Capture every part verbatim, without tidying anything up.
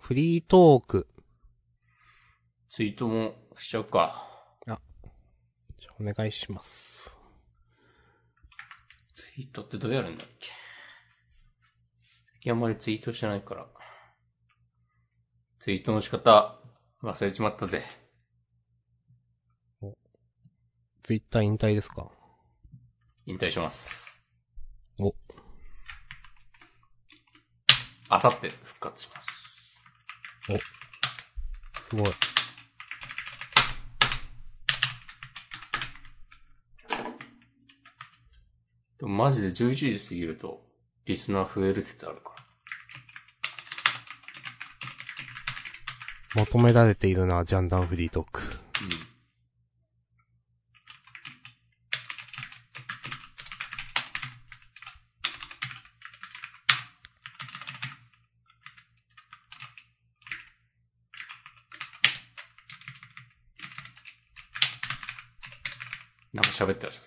フリートーク。 ツイートもしちゃうか。 あ、じゃあお願いします。 ツイートってどうやるんだっけ。最近あんまりツイートしてないから。ツイートの仕方、忘れちまったぜ。 お、ツイッター引退ですか？ 引退します。 お。 あさって復活します。 お。すごい。 でもマジでじゅういちじ過ぎると、リスナー増える説あるから。 求められているな、ジャンダンフリートーク。うん。 なんか喋ってらっしゃった。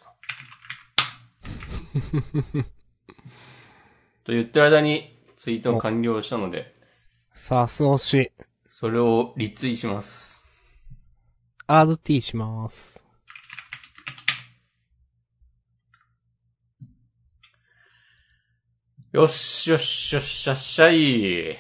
と言ってる間にツイート完了したので。 さす押し。 それをリツイします。 アールティー します。 よしよしよししゃっしゃい。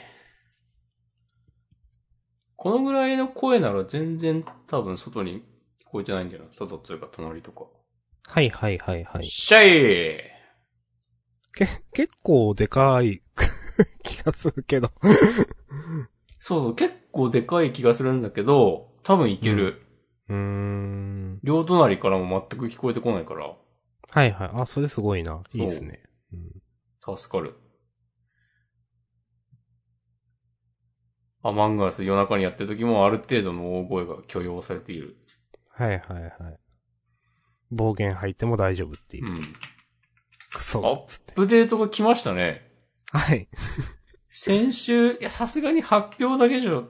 このぐらいの声なら全然多分外に聞こえてないんだよな。外っていうか隣とか。 はいはいはいはい。 しゃい。 け、結構でかい気がするけどそうそう、結構でかい気がするんだけど、多分いける。 うん。うーん。 両隣からも全く聞こえてこないから。 はいはい。あ、それすごいな。いいっすね。うん、 助かる。アマンガース夜中にやってる時もある程度の大声が許容されている。 はいはいはい。暴言吐いても大丈夫っていう。 うん。 クソアップデートが来ましたね。 はい。 先週、いや、さすがに発表だけでしょって、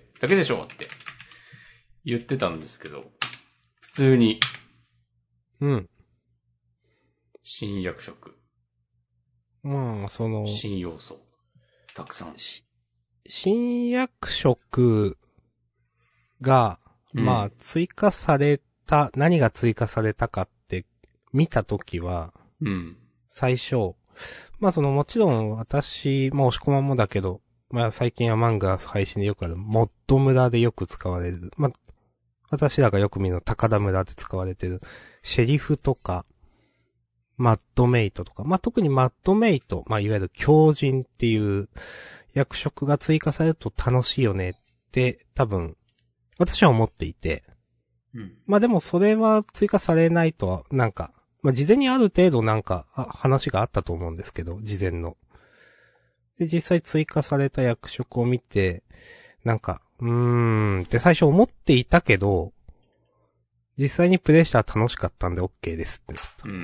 だけでしょって言ってたんですけど、普通に。 うん。 新役職。 まあ、その、 新要素。たくさん。 新役職が、うん、まあ、追加された、何が追加されたかって見たときは、 うん。 最初、まあそのもちろん私、まあ押し込まんもだけど、まあ最近は漫画配信でよくある、モッド村でよく使われる、まあ、私らがよく見るの高田村で使われてる、シェリフとか、マッドメイトとか、まあ特にマッドメイト、まあいわゆる狂人っていう役職が追加されると楽しいよねって多分、私は思っていて、 うん、 まあでもそれは追加されないとは、なんか、まあ、事前にある程度なんか、あ、話があったと思うんですけど、事前の。で、実際追加された役職を見て、なんか、うーんって最初思っていたけど、実際にプレイしたら楽しかったんで OK ですってなった。 うん。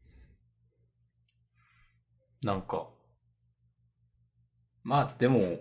なんか、まあでも、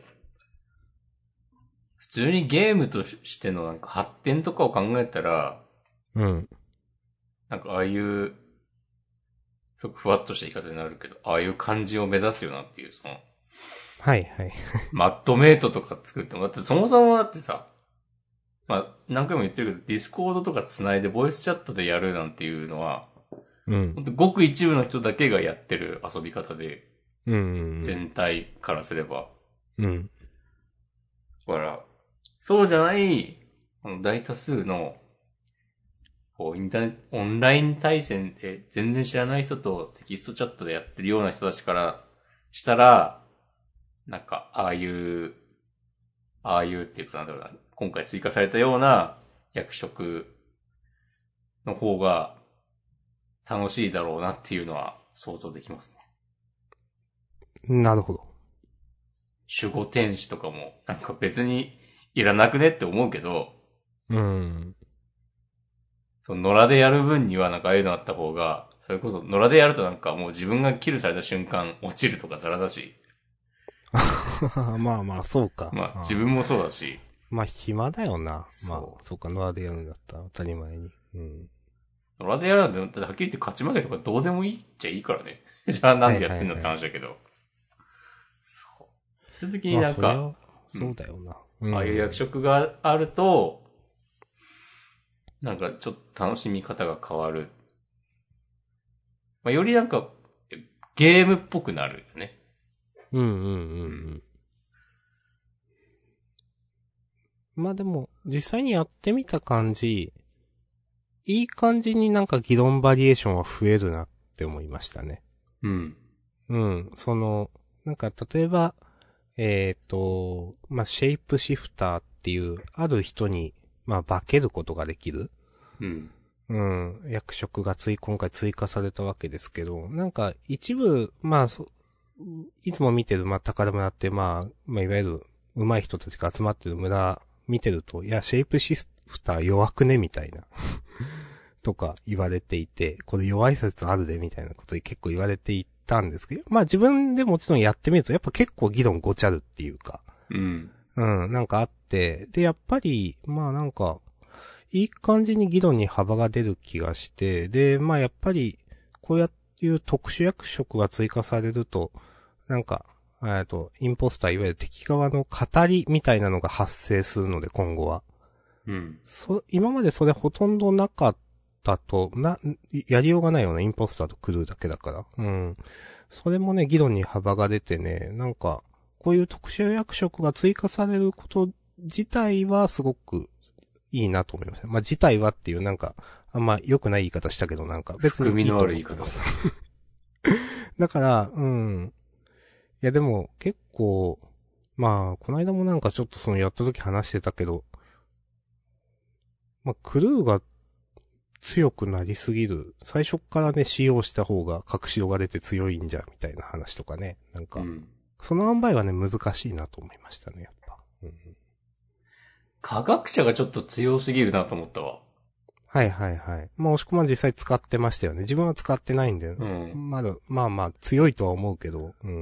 普通にゲームとしてのなんか発展とかを考えたら、 うん。 なんかああいう、すごくふわっとした言い方になるけど、ああいう感じを目指すよなっていう、その、 はいはい。 マッドメイトとか作っても、だってそもそもだってさ、まあ何回も言ってるけど、ディスコードとか繋いでボイスチャットでやるなんていうのは、 うん。 ほんとごく一部の人だけがやってる遊び方で、 うん。 全体からすれば。 うん。 だから、そうじゃない、この大多数の、こう、インターネット、オンライン対戦で全然知らない人とテキストチャットでやってるような人たちからしたら、なんか、ああいう、ああいうっていうかなんだろうな、今回追加されたような役職の方が楽しいだろうなっていうのは想像できますね。なるほど。 守護天使とかも、なんか別にいらなくねって思うけど、 うん。 その野良でやる分にはなんかああいうのあった方が、それこそ野良でやるとなんかもう自分がキルされた瞬間落ちるとかザラだし。 まあまあ、そうか。 まあ自分もそうだし。 まあ暇だよな。 そうまあ、そうか、ノアでやるんだったら当たり前に。うん。 野良でやるなんて、はっきり言って勝ち負けとかどうでもいいっちゃいいからね。じゃあなんでやってんのって話だけど。そう。そういう時になんか、 まあ、 そうだよな。 うん、ああいう役職があると、なんかちょっと楽しみ方が変わる。まあ、よりなんか、ゲームっぽくなるよね。 うんうんうんうん。まあでも、実際にやってみた感じ、いい感じになんか議論バリエーションは増えるなって思いましたね。 うん。 うん。その、なんか例えば、えっ、ー、と、まあ、シェイプシフターっていう、ある人に、まあ、化けることができる。 うん。 うん。役職がつい、今回追加されたわけですけど、なんか一部、まあ、そいつも見てる、まあ、宝村って、まあ、まあ、いわゆる、上手い人たちが集まってる村見てると、いや、シェイプシフター弱くねみたいな。とか言われていて、これ弱い説あるでみたいなことに結構言われていたんですけど、まあ自分でもちろんやってみると、やっぱ結構議論ごちゃるっていうか、 うん。 うん、なんかあって、で、やっぱり、まあなんか、いい感じに議論に幅が出る気がして、で、まあやっぱり、こうやっていう特殊役職が追加されると、なんか、えっと、インポスター、いわゆる敵側の語りみたいなのが発生するので、今後は。 うん。 そ、今までそれほとんどなかったと、な、やりようがないようなインポスターとクルーだけだから。うん。それもね、議論に幅が出てね、なんか、こういう特殊役職が追加されること自体はすごくいいなと思いました。まあ、自体はっていうなんか、あんま良くない言い方したけどなんか別にいいと思ってます。だから、うん。いやでも結構、まあ、この間もなんかちょっとそのやった時話してたけど、まあ、クルーが強くなりすぎる。最初からね、使用した方が隠しようが出て強いんじゃ、みたいな話とかね。なんか、うん、その塩梅はね、難しいなと思いましたね、やっぱ。うん、 科学者がちょっと強すぎるなと思ったわ。 はいはいはい。まあ、押し込まん実際使ってましたよね。自分は使ってないんで、 うん、 まだ、まあまあ、強いとは思うけど、うん。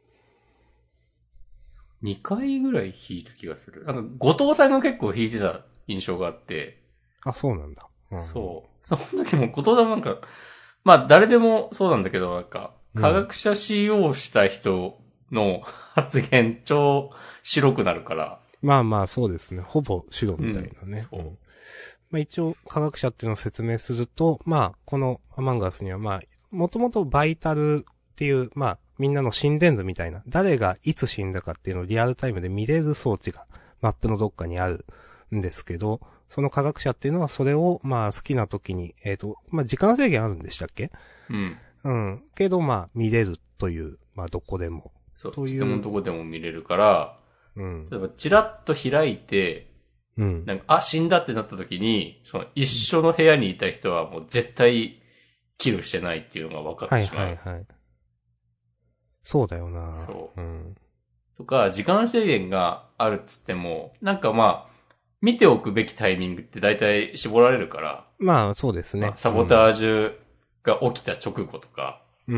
にかいぐらい引いた気がする。なんか、後藤さんが結構引いてた印象があって。 あ、そうなんだ。 うん、そう。その時も後藤さんなんか、まあ誰でもそうなんだけど、なんか、科学者 シーイーオー した人の発言超白くなるから。 まあまあそうですね。ほぼ白みたいなね。 うん、そう。 まあ一応科学者っていうのを説明すると、まあこのアマンガスにはまあ、もともとバイタルっていう、まあみんなの心電図みたいな、誰がいつ死んだかっていうのをリアルタイムで見れる装置がマップのどっかにあるんですけど、その科学者っていうのはそれをまあ好きな時に、えっと、まあ時間制限あるんでしたっけ？ うん。 うん。けどまあ見れるという、まあどこでも。 そう、という。もどこでも見れるから、 うん。 例えばチラッと開いて、 うん。 なんか、あ、死んだってなった時に、その一緒の部屋にいた人はもう絶対キルしてないっていうのが分かってしまう。はいはいはい。 そうだよな。 そう。 うん。 とか、時間制限があるっつっても、なんかまあ、見ておくべきタイミングって大体絞られるから。 まあ、そうですね。 まあ、サボタージュが起きた直後とか。 うん。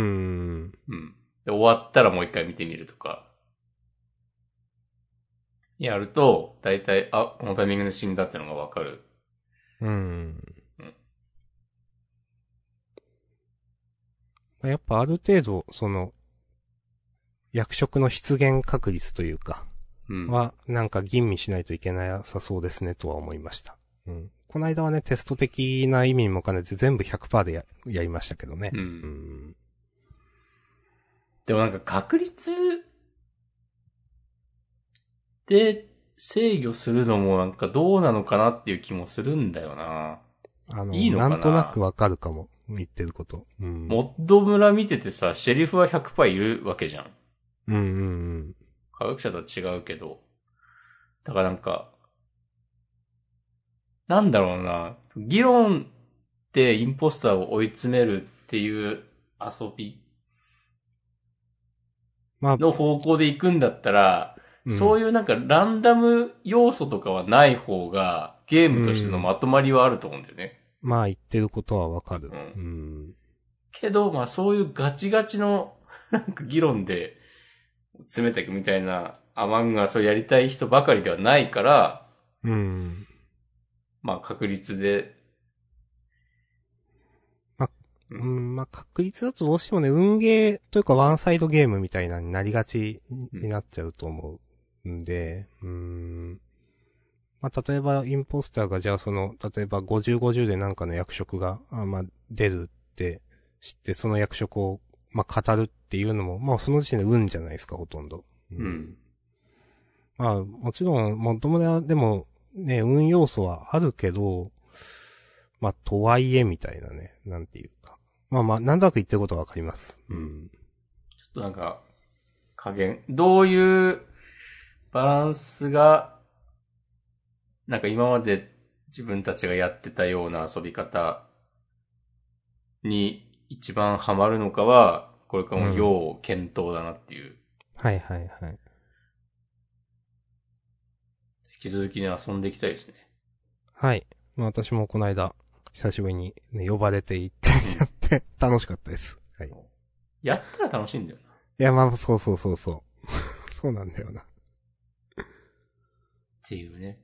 うん。で、終わったらもう一回見てみるとか。やると、大体、あ、このタイミングで死んだってのがわかる。 うん。うん。やっぱある程度、その、役職の出現確率というか、うん、は、なんか吟味しないといけなさそうですねとは思いました。うん。この間はね、テスト的な意味にも兼ねて全部 ひゃくパーセント で や, やりましたけどね。 うん。うん、でもなんか確率で制御するのもなんかどうなのかなっていう気もするんだよな。 あの、いいのかななんとなくわかるかも。言ってること。うん。 モッド村見ててさ、シェリフは ひゃくパーセント いるわけじゃん。 うんうんうん。 科学者とは違うけど。だからなんか、なんだろうな。議論でインポスターを追い詰めるっていう遊びの方向で行くんだったら、まあ、そういうなんかランダム要素とかはない方がゲームとしてのまとまりはあると思うんだよね。 うん、まあ言ってることはわかる。 うん。 うん、 けど、まあそういうガチガチのなんか議論で詰めていくみたいなアマンガスをやりたい人ばかりではないから、 うん。 まあ確率で。 まあ、うん、まあ確率だとどうしてもね、運ゲーというかワンサイドゲームみたいなになりがちになっちゃうと思うんで、うーん。まあ、例えば、インポスターが、じゃあその、例えばごじゅうごじゅうでなんかの役職が、あまあ、出るって知って、その役職を、まあ、語るっていうのも、まあ、その時点で運じゃないですか、ほとんど。 うん。うん、 まあ、もちろん、もともとでも、ね、運要素はあるけど、まあ、とはいえ、みたいなね、なんていうか。まあまあ、なんとなく言ってることがわかります。うん。 ちょっとなんか、加減、どういうバランスが、なんか今まで自分たちがやってたような遊び方に一番ハマるのかは、これからも要検討だなっていう。 はいはいはい。 引き続きね、遊んでいきたいですね。 はい。まあ私もこの間、久しぶりにね、呼ばれて行ってやって楽しかったです。はい。 やったら楽しいんだよな。 いや、まあ、そうそうそうそう。そうなんだよな。 っていうね。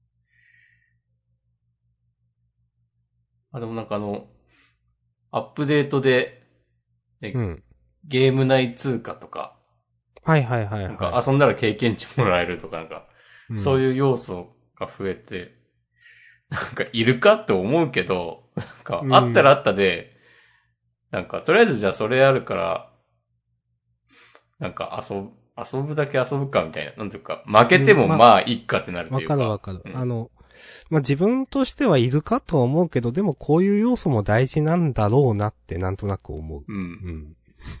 あ、でもなんかあの、アップデートで、ね、 うん。 ゲーム内通貨とか、 はいはいはいはい。 なんか遊んだら経験値もらえるとかなんか、 うん、 そういう要素が増えて、なんかいるかって思うけど、なんかうん、 あったらあったで、なんかとりあえずじゃあそれあるから、なんか遊ぶ、遊ぶだけ遊ぶかみたいな。なんていうか、負けてもうん、ままあいいかってなるあ、わというか。 かるわかる。 うん、 あの、まあ、自分としてはいるかとは思うけど、でもこういう要素も大事なんだろうなってなんとなく思う。 うん。 うん。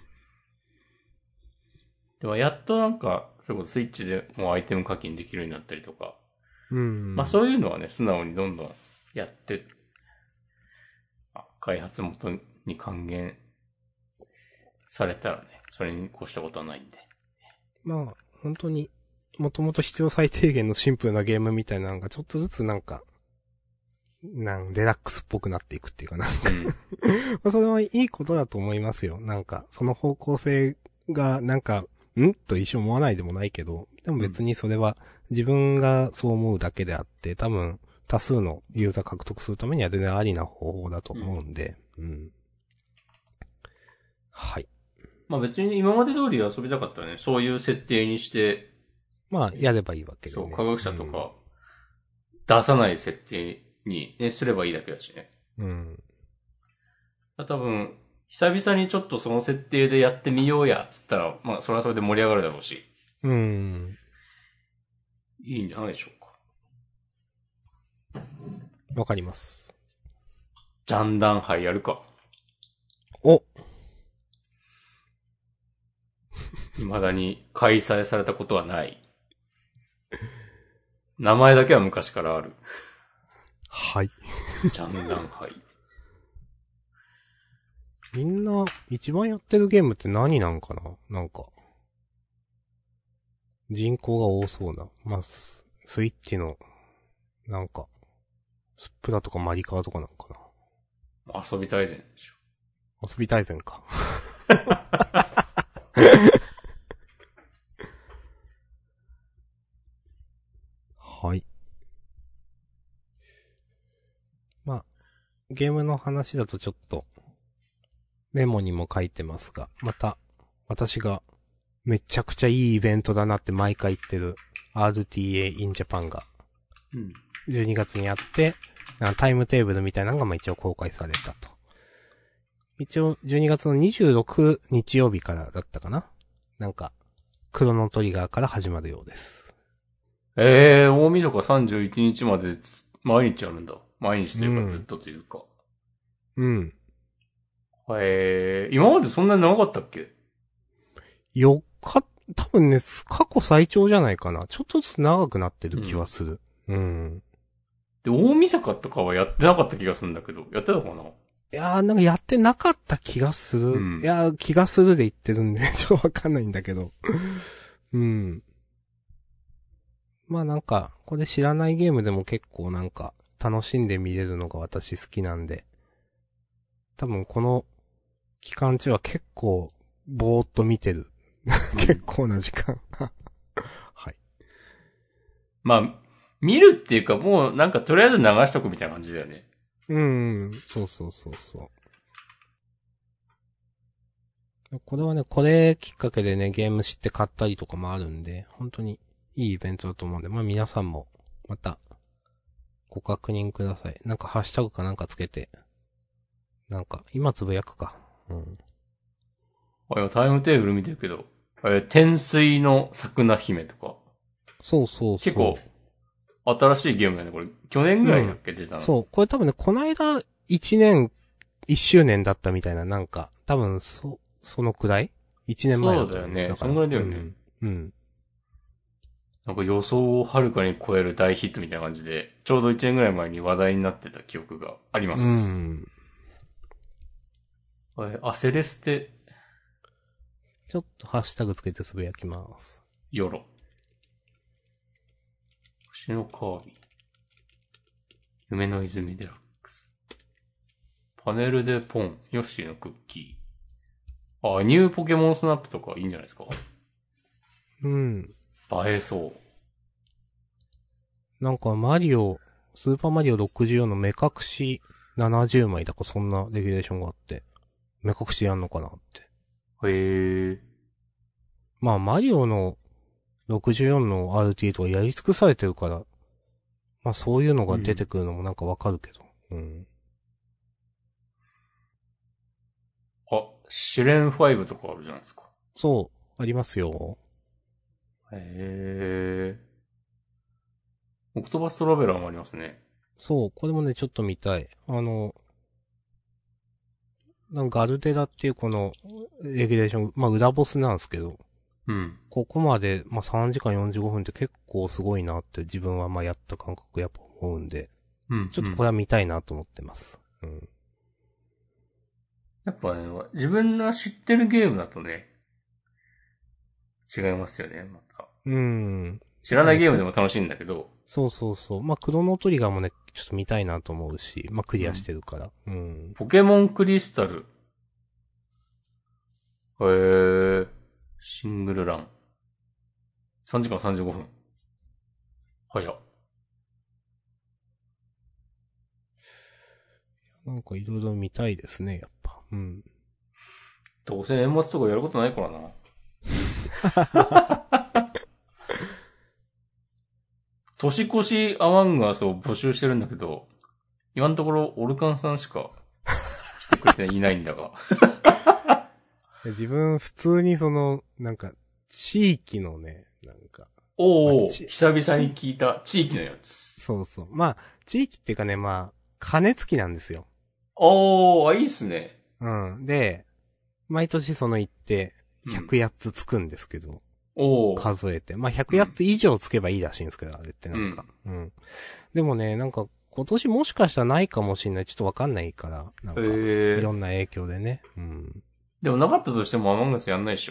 でもやっとなんか、それこそスイッチでもうアイテム課金できるようになったりとか。 うん。 まあそういうのはね、素直にどんどんやって、あ開発元に還元されたらね、それに越したことはないんで。 まあ、本当に、もともと必要最低限のシンプルなゲームみたいなのがちょっとずつなんか、なんデラックスっぽくなっていくっていうかなんか、 うん。 まあそれはいいことだと思いますよ。なんか、その方向性が、なんか、んと一生思わないでもないけど、でも別にそれは自分がそう思うだけであって、多分、多数のユーザー獲得するためには全然ありな方法だと思うんで、うん。うん、はい。 まあ別に今まで通り遊びたかったらね、そういう設定にして、 まあ、やればいいわけでそう、 ね。 科学者とか、出さない設定にね、すればいいだけだしね。 うん。 多分、久々にちょっとその設定でやってみようや、つったら、まあそれはそれで盛り上がるだろうし。 うん。 いいんじゃないでしょうか。 わかります。 ジャンダン杯やるか。 お未だに開催されたことはない。名前だけは昔からある。 はい。 ジャンダン杯。 みんな、一番やってるゲームって何なんかななんか。人口が多そうな。まあ、ススイッチの、なんか、スプラとかマリカーとかなんかな。 遊びたいぜんでしょ。 遊び大全か。はい。まあ、ゲームの話だとちょっと、メモにも書いてますが、また、私が、めちゃくちゃいいイベントだなって毎回言ってる アールティーエー in Japan が、じゅうにがつにあって、タイムテーブルみたいなのがまあ一応公開されたと。一応じゅうにがつのにじゅうろく日曜日からだったかななんか、クロノトリガーから始まるようです。 ええー、大晦日さんじゅういちにちまで毎日やるんだ。毎日というかずっとというか。 うん。 ええー、今までそんなに長かったっけ？ よっか、多分ね、過去最長じゃないかな。ちょっとずつ長くなってる気はする。うん。うん、 で、大晦日とかはやってなかった気がするんだけど、やってたかな？ いやー、なんかやってなかった気がする。うん、いやー、気がするで言ってるんで、ちょっとわかんないんだけど。うん。まあなんか、これ知らないゲームでも結構なんか、楽しんで見れるのが私好きなんで。多分この期間中は結構、ぼーっと見てる。結構な時間。はい。 まあ、見るっていうかもうなんかとりあえず流しとくみたいな感じだよね。 うん、そうそうそうそう。これはね、これきっかけでね、ゲーム知って買ったりとかもあるんで、本当にいいイベントだと思うんで、まあ皆さんも、また、ご確認ください。なんかハッシュタグかなんかつけて、なんか、今つぶやくか。うん。 あ、今タイムテーブル見てるけど、え、天水の桜姫とか。 そうそうそう。 結構、新しいゲームだよね、これ。去年ぐらいだっけ、うん、出たの。 そう。これ多分ね、この間、いちねん、いっしゅうねんだったみたいな、なんか、多分、そ、そのくらい ?いち 年前だったそうだよね。そのぐらいだよね。うん。 うん。 なんか予想をはるかに超える大ヒットみたいな感じで、ちょうどいちねんぐらい前に話題になってた記憶があります。うん。え、アセレステ。 ちょっとハッシュタグつけてつぶやきます。 ヨロ。星のカービィ。夢の泉デラックス。パネルでポン。ヨッシーのクッキー。あ、ニューポケモンスナップとかいいんじゃないですか？ うん。 映えそう。 なんかマリオ、スーパーマリオろくじゅうよんの目隠しななじゅうまいだかそんなレギュレーションがあって、目隠しやんのかなって。 へえ。 まあマリオのろくじゅうよんの アールティー とかやり尽くされてるから、まあそういうのが出てくるのもなんかわかるけど。うん。うん、 あ、試練ファイブとかあるじゃないですか。 そう、ありますよ。 へえ。オクトバストラベラーもありますね。 そう、これもね、ちょっと見たい。あの、なんかガルデラっていうこの、レギュレーション、まあ裏ボスなんですけど、 うん。 ここまで、まあさんじかんよんじゅうごふんって結構すごいなって自分はまあやった感覚やっぱ思うんで、 うん、うん。 ちょっとこれは見たいなと思ってます。うん。 やっぱね、自分が知ってるゲームだとね、違いますよね、また。 うん。 知らないゲームでも楽しいんだけど。 そうそうそう。まあ、クロノトリガーもね、ちょっと見たいなと思うし、まあ、クリアしてるから。うん。うん、 ポケモンクリスタル。へー。シングルラン。さんじかんさんじゅうごふん。早っ。 なんかいろいろ見たいですね、やっぱ。うん。 どうせ年末とかやることないからな。年越しアマンガースを募集してるんだけど、今のところオルカンさんしか来てくれていないんだが。 自分、普通にその、なんか、地域のね、なんか。 おお、久々に聞いた地域のやつ。 そうそう。まあ、地域っていうかね、まあ、金付きなんですよ。 おー、あ、いいっすね。 うん。で、毎年その行って、ひゃくやっつつくんですけど。うんお数えて。まあ、ひゃくやっつ以上つけばいいらしいんですけど、あれってなんか、うん。うん。でもね、なんか、今年もしかしたらないかもしんない。ちょっとわかんないから、なんか、いろんな影響でね。うん。 でもなかったとしてもアマンガスやんないでしょ。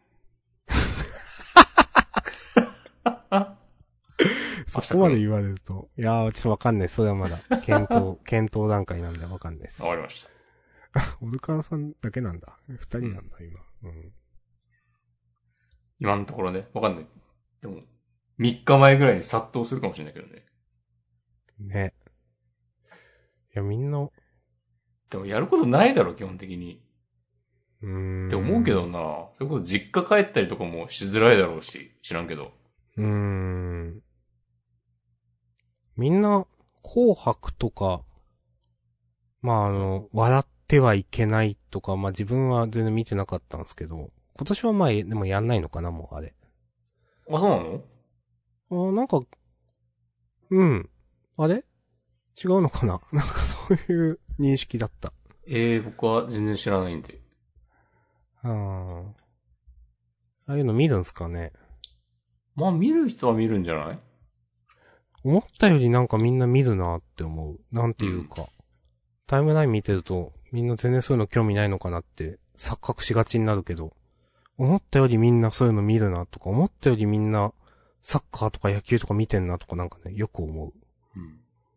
そこまで言われると。いやー、ちょっとわかんない。それはまだ、検討、検討段階なんでわかんないです。 わかりました。 オルカンさんだけなんだ。二人なんだ、今。うん。 今のところね、わかんない。でも、みっかまえぐらいに殺到するかもしれないけどね。 ね。いや、みんな。 でもやることないだろ、基本的に。 うーん。 って思うけどな。それこそ実家帰ったりとかもしづらいだろうし、知らんけど。 うーん。みんな、紅白とか、まああの、笑ってはいけないとか、まあ自分は全然見てなかったんですけど、今年はまあ、でもやんないのかな、もうあれ。 あ、そうなの？ あなんか、うん。あれ違うのかななんかそういう認識だった。 ええー、僕は全然知らないんで。 ああ。ああいうの見るんすかね。 まあ見る人は見るんじゃない？ 思ったよりなんかみんな見るなって思う。なんていうか。うん、タイムライン見てると、みんな全然そういうの興味ないのかなって錯覚しがちになるけど、思ったよりみんなそういうの見るなとか、思ったよりみんなサッカーとか野球とか見てんなとかなんかね、よく思う。うん。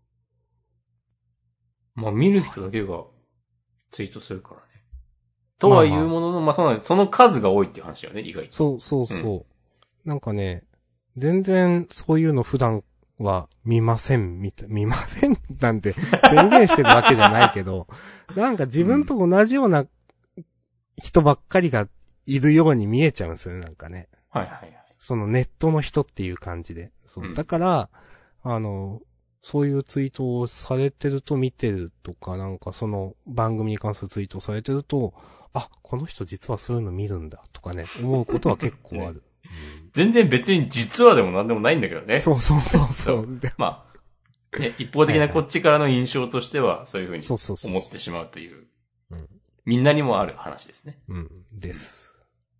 まあ見る人だけがツイートするからね。とはいうものの、まあ、まあ、その数が多いっていう話よね、意外と。 そうそうそう。うん、なんかね、全然そういうの普段は見ません、みた、見ませんなんて宣言してるわけじゃないけど、なんか自分と同じような人ばっかりがいるように見えちゃうんですよね、なんかね。 はいはいはい。 そのネットの人っていう感じで。そう。 うんだから、あの、そういうツイートをされてると見てるとか、なんかその番組に関するツイートをされてると、あ、この人実はそういうの見るんだとかね、思うことは結構ある。うん、 全然別に実はでもなんでもないんだけどね。 そうそうそうそ。 そうまあ、ね、一方的なこっちからの印象としては、そういうふうにそうそうそう思ってしまうという、 うん、 みんなにもある話ですね。 うん、です。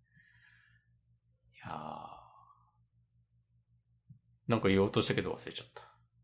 いやーなんか言おうとしたけど忘れちゃった。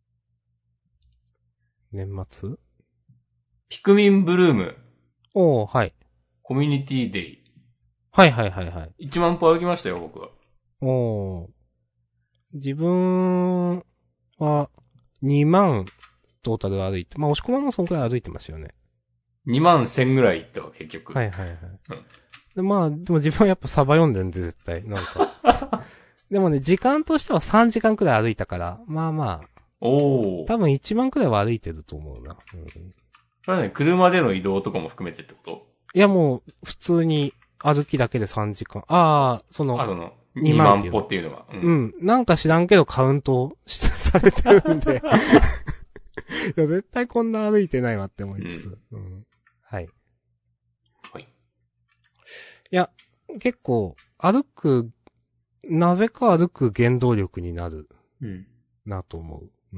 年末ピクミンブルーム、 おー、はい。 コミュニティデイ。 はいはいはいはい。 いちまん歩歩きましたよ、僕は。 おー。自分はにまんトータル歩いて、まあ、押し込まんもそんくらい歩いてますよね。 にまんせんぐらい行ったわ、結局。 はいはいはい。 うんでまあ、でも自分はやっぱサバ読んでるんで絶対。なんか。でもね、時間としてはさんじかんくらい歩いたから、まあまあ、 おー。 多分いちまんくらいは歩いてると思うな。うん、 これはね、車での移動とかも含めてってこいやもう、普通に歩きだけでさんじかん。ああ、そとあ、 の、 その、 にに万っていうまん歩っていうのが。う。 うんん。なんか知らんけどカウントしされてるんで。いや、絶対こんな歩いてないわって思いつつ。うん。はい。 はい。 いや、結構、歩く、なぜか歩く原動力になるうん。 なと思う。うん。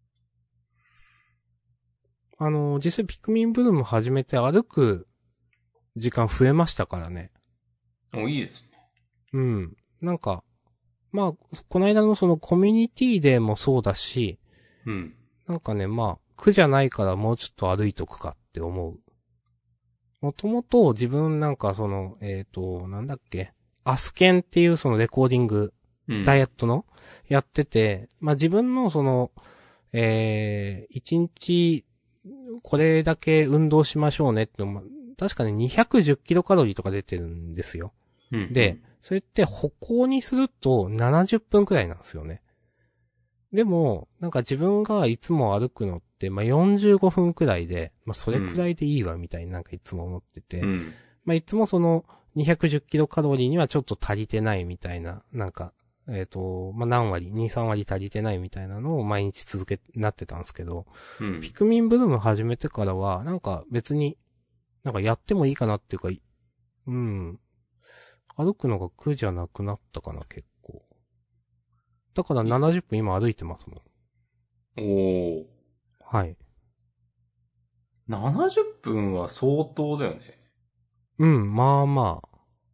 あの、実際ピクミンブルーム始めて歩く時間増えましたからね。 お、いいですね。 うん。なんか、まあ、この間のそのコミュニティでもそうだし、 うん。 なんかね、まあ、苦じゃないからもうちょっと歩いとくかって思う。もともと自分なんかその、えっと、なんだっけ、アスケンっていうそのレコーディング、 うん。 ダイエットのやってて、まあ自分のその、えー、一日、これだけ運動しましょうねってのも、確かね、にひゃくじゅっキロカロリーとか出てるんですよ。 うん。 で、それって歩行にするとななじゅっぷんくらいなんですよね。でも、なんか自分がいつも歩くのって、まあ、よんじゅうごふんくらいで、まあ、それくらいでいいわ、みたいになんかいつも思ってて、 うん。 まあ、いつもその、にひゃくじゅっキロカロリーにはちょっと足りてないみたいな、なんか、えっ、と、まあ、何割、に、さん割足りてないみたいなのを毎日続け、なってたんですけど、 うん。 ピクミンブルーム始めてからは、なんか別に、なんかやってもいいかなっていうか、うん、歩くのが苦じゃなくなったかな、結構。だからななじゅっぷん今歩いてますもん。 おー。 はい。 ななじゅっぷんは相当だよね。 うん、まあまあ。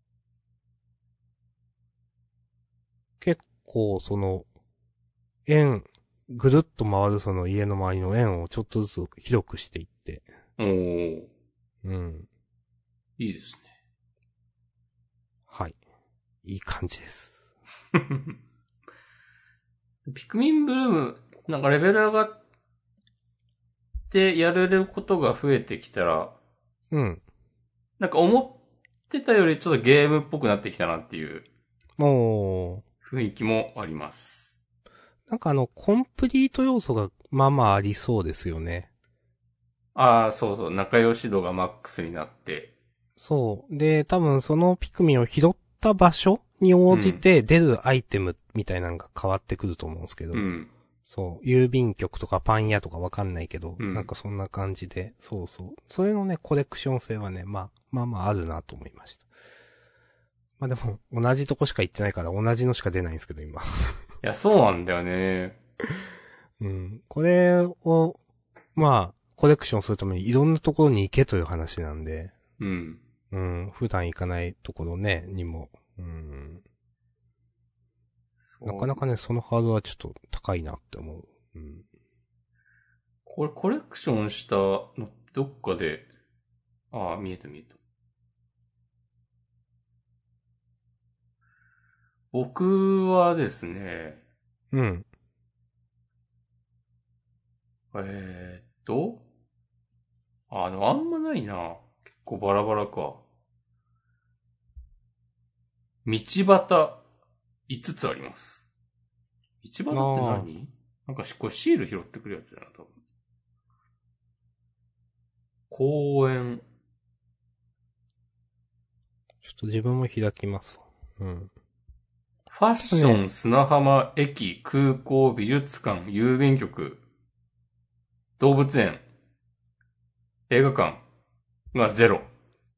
結構、その、円、ぐるっと回るその家の周りの円をちょっとずつ広くしていって。 おー。 うん。 いいですね。 はい。いい感じです。 ピクミンブルーム、なんかレベル上がってやれることが増えてきたら、 うん。 なんか思ってたよりちょっとゲームっぽくなってきたなっていうも雰囲気もあります。 う、なんかあの、コンプリート要素がまあまあありそうですよね。 ああ、そうそう、仲良し度がマックスになって。 そう。で、多分そのピクミンを拾った場所に応じて出るアイテムみたいなのが変わってくると思うんですけど。 うん。 そう。郵便局とかパン屋とかわかんないけど、 うんなんかそんな感じで、そうそう。それのね、コレクション性はね、まあ、まあまああるなと思いました。まあでも、同じとこしか行ってないから同じのしか出ないんですけど、今。 いや、そうなんだよね。 うん。これを、まあ、コレクションするためにいろんなところに行けという話なんで、 うん。 うん。普段行かないところね、にも、うん。なかなかね、そのハードルはちょっと高いなって思う。うん。 これコレクションしたのどっかで、ああ、見えた見えた。僕はですね、 うん。 えーっと、あ、でもあんまないな。結構バラバラか。道端いつつあります。道端ってああ、 何なんかし、これシール拾ってくるやつだな、多分。公園。 ちょっと自分も開きますわ。うん。 ファッション、砂浜、駅、空港、美術館、郵便局、動物園、映画館がゼロ。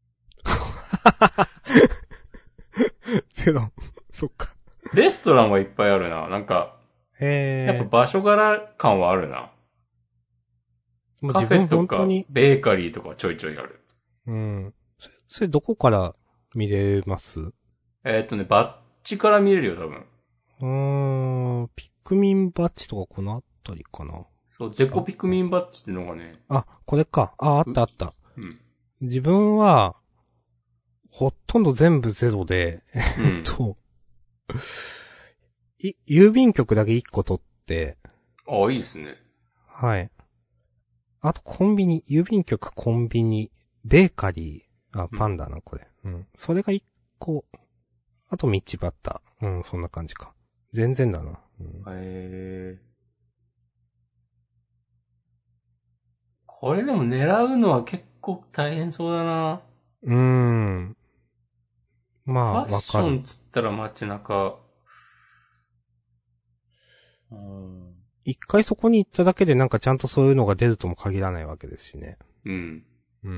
ゼロ。そっか。 レストランはいっぱいあるな。なんか、 へやっぱ場所柄感はあるな。 もうカ自分フェとか本当に、 ベーカリーとかちょいちょいある。 うん。それ、それどこから見れますうえーっとね、バッチから見れるよ、多分。 ーん、ピクミンバッジとかこのあたりかな。 そう、デコピクミンバッジってのがね。 あ、これか。あ、あったあった。 うん。 自分は、ほとんど全部ゼロで、 うえっん。 と、い、郵便局だけいっこ取って、 ああ、いいですね。 はい。あとコンビニ、郵便局、コンビニ、ベーカリー、あ、パンダな、これ。うん。それがいっこ、あと道端。うん、そんな感じか。全然だな。うん、 へえ。これでも狙うのは結構大変そうだな。 うーん。まあ、 ファッわかる。 ションつったら街中。うん。 一回そこに行っただけでなんかちゃんとそういうのが出るとも限らないわけですしね。 うん。 うん。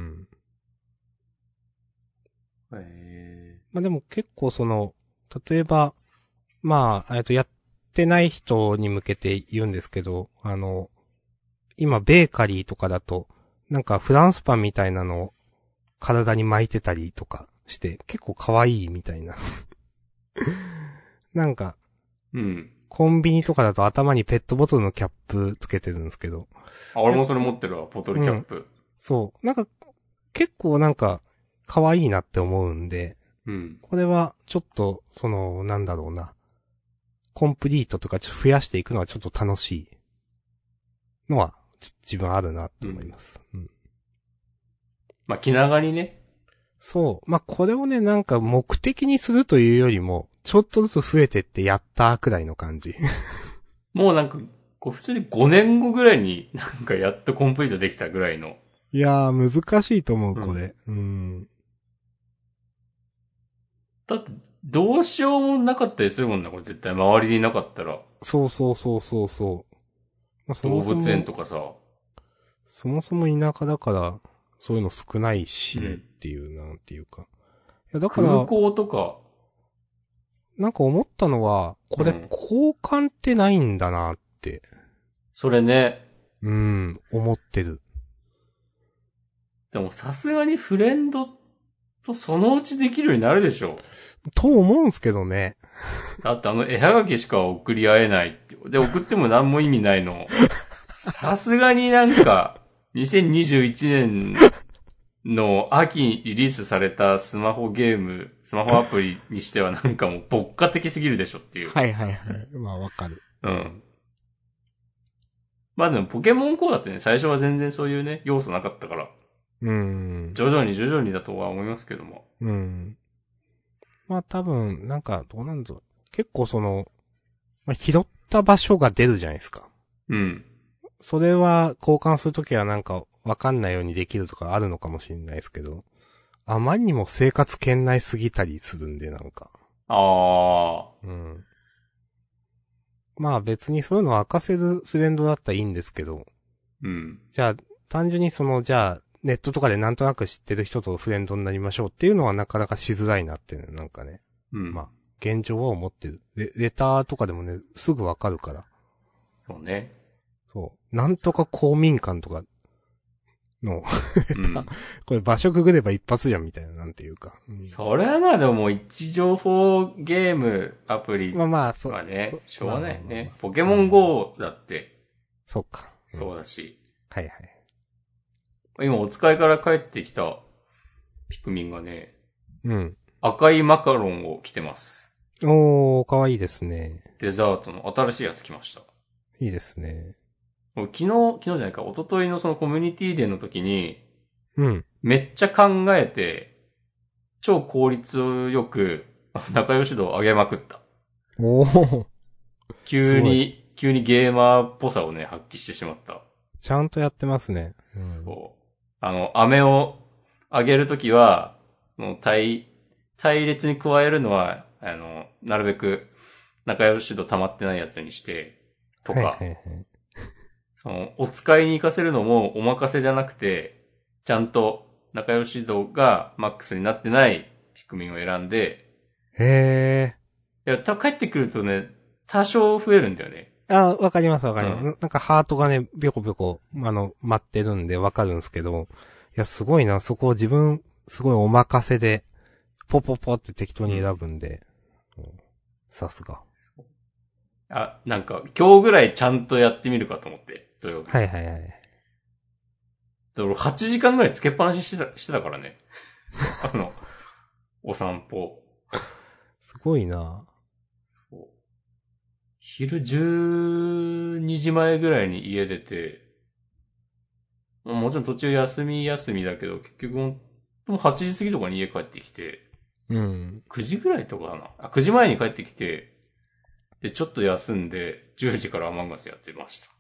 へえ。 まあでも結構その、例えば、まあ、えっと、やってない人に向けて言うんですけど、あの、今、ベーカリーとかだと、なんかフランスパンみたいなのを体に巻いてたりとかして、結構可愛いみたいな。なんか、 うん。 コンビニとかだと頭にペットボトルのキャップつけてるんですけど。 あ、俺もそれ持ってるわ、ボトルキャップ。 そう。なんか、結構なんか、可愛いなって思うんで、 うん。 これは、ちょっと、その、なんだろうな。コンプリートとかちょっと増やしていくのはちょっと楽しいのは、自分あるなって思います。うん。うん、 まあ、気長にね。 そう。まあ、これをね、なんか目的にするというよりも、ちょっとずつ増えてってやったくらいの感じ。 もうなんか、こう普通にごねんごぐらいになんかやっとコンプリートできたぐらいの。 いやー、難しいと思う、これ。うん。うんだって、どうしようもなかったりするもんな、これ絶対周りになかったら。 そうそうそうそうそう。まあ、そ動もそ物園とも、 かさ。 そもそも田舎だから、そういうの少ないしねっうん。 ていう、なんていうか。いや、だか空ら、 港とか。 なんか思ったのは、これうん交換ってないんだなって、 それね。 うん、思ってる。 でもさすがにフレンドとそのうちできるようになるでしょ。 と思うんすけどね。 だってあの絵はがきしか送り合えないって。で、送っても何も意味ないの。さすがになんか、にせんにじゅういちねんの秋にリリースされたスマホゲーム、スマホアプリにしてはなんかもう牧歌的すぎるでしょっていう。 はいはいはい。まあわかる。 うん。まあでもポケモン ゴー だってね、最初は全然そういうね、要素なかったから。 うん。 徐々に徐々にだとは思いますけども。 うん。まあ多分、なんか、どうなんだろう。結構その、まあ、拾った場所が出るじゃないですか。 うん。 それは交換するときはなんかわかんないようにできるとかあるのかもしれないですけど、あまりにも生活圏内すぎたりするんでなんか。 ああ。 うん。まあ別にそういうのを明かせるフレンドだったらいいんですけど、 うん。 じゃあ単純にその、じゃあネットとかでなんとなく知ってる人とフレンドになりましょうっていうのはなかなかしづらいなってね、なんかね。 うん。 まあ、現状は思ってる。レ、レターとかでもね、すぐわかるから。 そうね。 そう。なんとか公民館とかの、 うん。 これ場所くぐれば一発じゃんみたいな、なんていうか。うん、 それはまあでももう一情報ゲームアプリまあまあ、そう。 はね、 そしょうがないまあまあまあねま。あポケモン ゴー だって、 そっか。うん、 そうだし。 はいはい。 今お使いから帰ってきたピクミンがね、 うん。 赤いマカロンを着てます。 おー、かわいいですね。 デザートの新しいやつ来ました。 いいですね。 もう昨日、昨日じゃないか、一昨日のそのコミュニティデーの時に、 うん。 めっちゃ考えて、超効率よく、仲良し度を上げまくった。 おー。 急に、急にゲーマーっぽさをね、発揮してしまった。 ちゃんとやってますね。うん、 そう。あの、飴を上げるときは、もう対、対列に加えるのは、あの、なるべく仲良し度溜まってないやつにして、とか、 はいはいはい。 その、お使いに行かせるのもお任せじゃなくて、ちゃんと仲良し度がマックスになってないピクミンを選んで、 へいや、た、帰ってくるとね、多少増えるんだよね。 ー。あ、わかりますわかります。 うんなんかハートがね、びょこびょこ、あの、待ってるんでわかるんですけど、いや、すごいな、そこを自分、すごいお任せで、ポポポって適当に選ぶんで、うんさすが。 あ、なんか、今日ぐらいちゃんとやってみるかと思って、土曜日。 はいはいはい。 で俺はちじかんぐらいつけっぱなししてた、してたからね。あの、お散歩。 すごいな。 昼じゅうにじまえぐらいに家出て、もちろん途中休み休みだけど、結局もうはちじ過ぎとかに家帰ってきて、 うん。 くじぐらいとかかな。あ、くじまえに帰ってきて、で、ちょっと休んで、じゅうじからアマンガスやってました。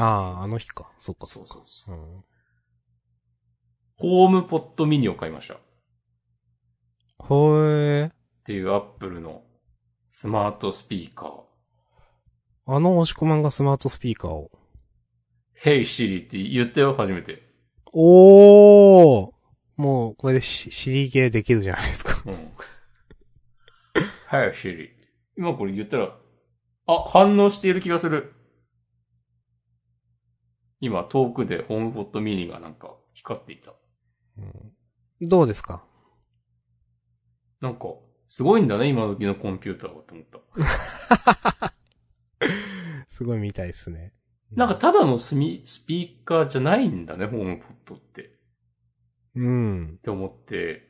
ああ、あの日か。そっかそっか。 そうそううん、 ホームポットミニを買いました。っほえー。 ていうアップルのスマートスピーカー。 あの押し込まんがスマートスピーカーを。 Hey Siri って言ったよ、初めて。 おーもう、これでし、尻ゲーできるじゃないですか。 うん。Hey Siri。今これ言ったら、あ、反応している気がする。今遠くでホームポットミニがなんか光っていた。 うん、どうですか？ なんか、すごいんだね、今時のコンピューターはと思った。 すごいみたいですね。 なんかただのスミ、スピーカーじゃないんだね、ホームポットって。 うん。 って思って。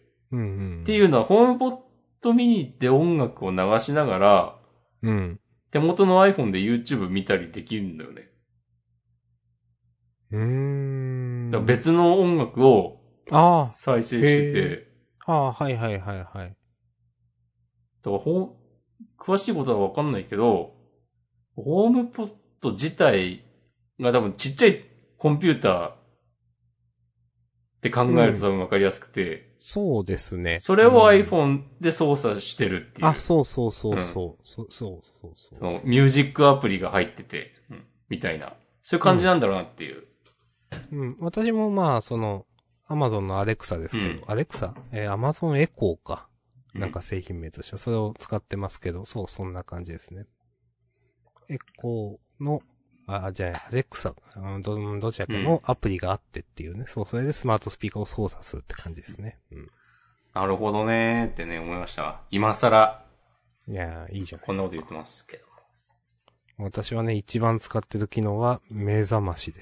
うんうん。 っていうのは、ホームポットミニで音楽を流しながら、 うん。 手元の iPhone で YouTube 見たりできるんだよね。 うーん。 だから別の音楽をああ。 再生してて。 ああ、はいはいはいはい。 だからほん、詳しいことはわかんないけど、ホームポット自体が多分ちっちゃいコンピューターって考えると多分わかりやすくて、うん、 そうですね。 それを iPhone で操作してるっていう。 あ、そうそうそうそう。うん、そうそうそうそう。 そのミュージックアプリが入ってて、うん、みたいな。そういう感じなんだろうなっていう。 うん。うん、私もまあ、その、Amazon の Alexa ですけど、うん、Alexa? えー、Amazon Echo か。なんか製品名としては、それを使ってますけど、そう、そんな感じですね。Echo の、あ、じゃあ、Alexa、ど、どちらかのアプリがあってっていうね、うん、そう、それでスマートスピーカーを操作するって感じですね。うん。 なるほどねーってね、思いました。今更。 いやー、いいじゃないですか。 こんなこと言ってますけど。 私はね、一番使ってる機能は、目覚ましです。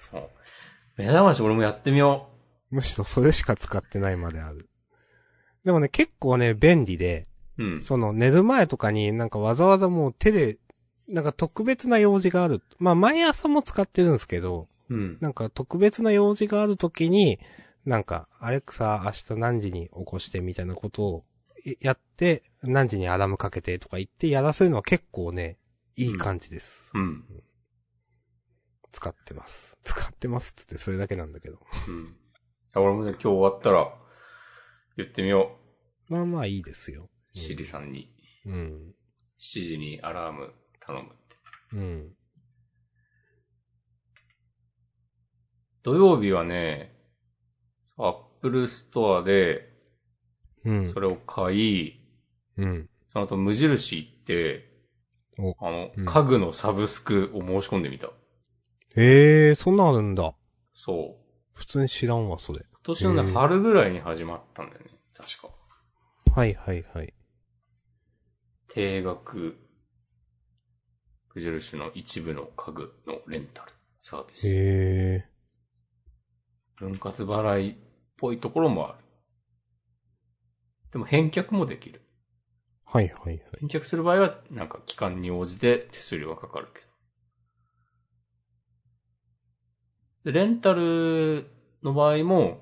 目覚まし俺もやってみよう。むしろそれしか使ってないまである。でもね、結構ね、便利で、 うん。 その寝る前とかになんかわざわざもう手で、なんか特別な用事がある。まあ毎朝も使ってるんですけど、 うん。 なんか特別な用事があるときに、なんか、アレクサ明日何時に起こしてみたいなことをやって、何時にアラームかけてとか言ってやらせるのは結構ね、いい感じです。 うん。うん、 使ってます。使ってますっつってそれだけなんだけど。 うん。俺もね、今日終わったら、言ってみよう。まあまあいいですよ。 シリさんに。 うん。 しちじにアラーム頼むって。 うん。 土曜日はね、アップルストアで、 うん。 それを買い、 うん。 その後無印行って、 おあの、 うん、 家具のサブスクを申し込んでみた。 ええー、そんなんあるんだ。 そう。 普通に知らんわ、それ。 今年のね、春ぐらいに始まったんだよね。確か。 はいはいはい。 定額、無印の一部の家具のレンタルサービス。 へえ。 分割払いっぽいところもある。でも返却もできる。 はいはいはい。 返却する場合は、なんか期間に応じて手数料がかかるけど。で、レンタルの場合も、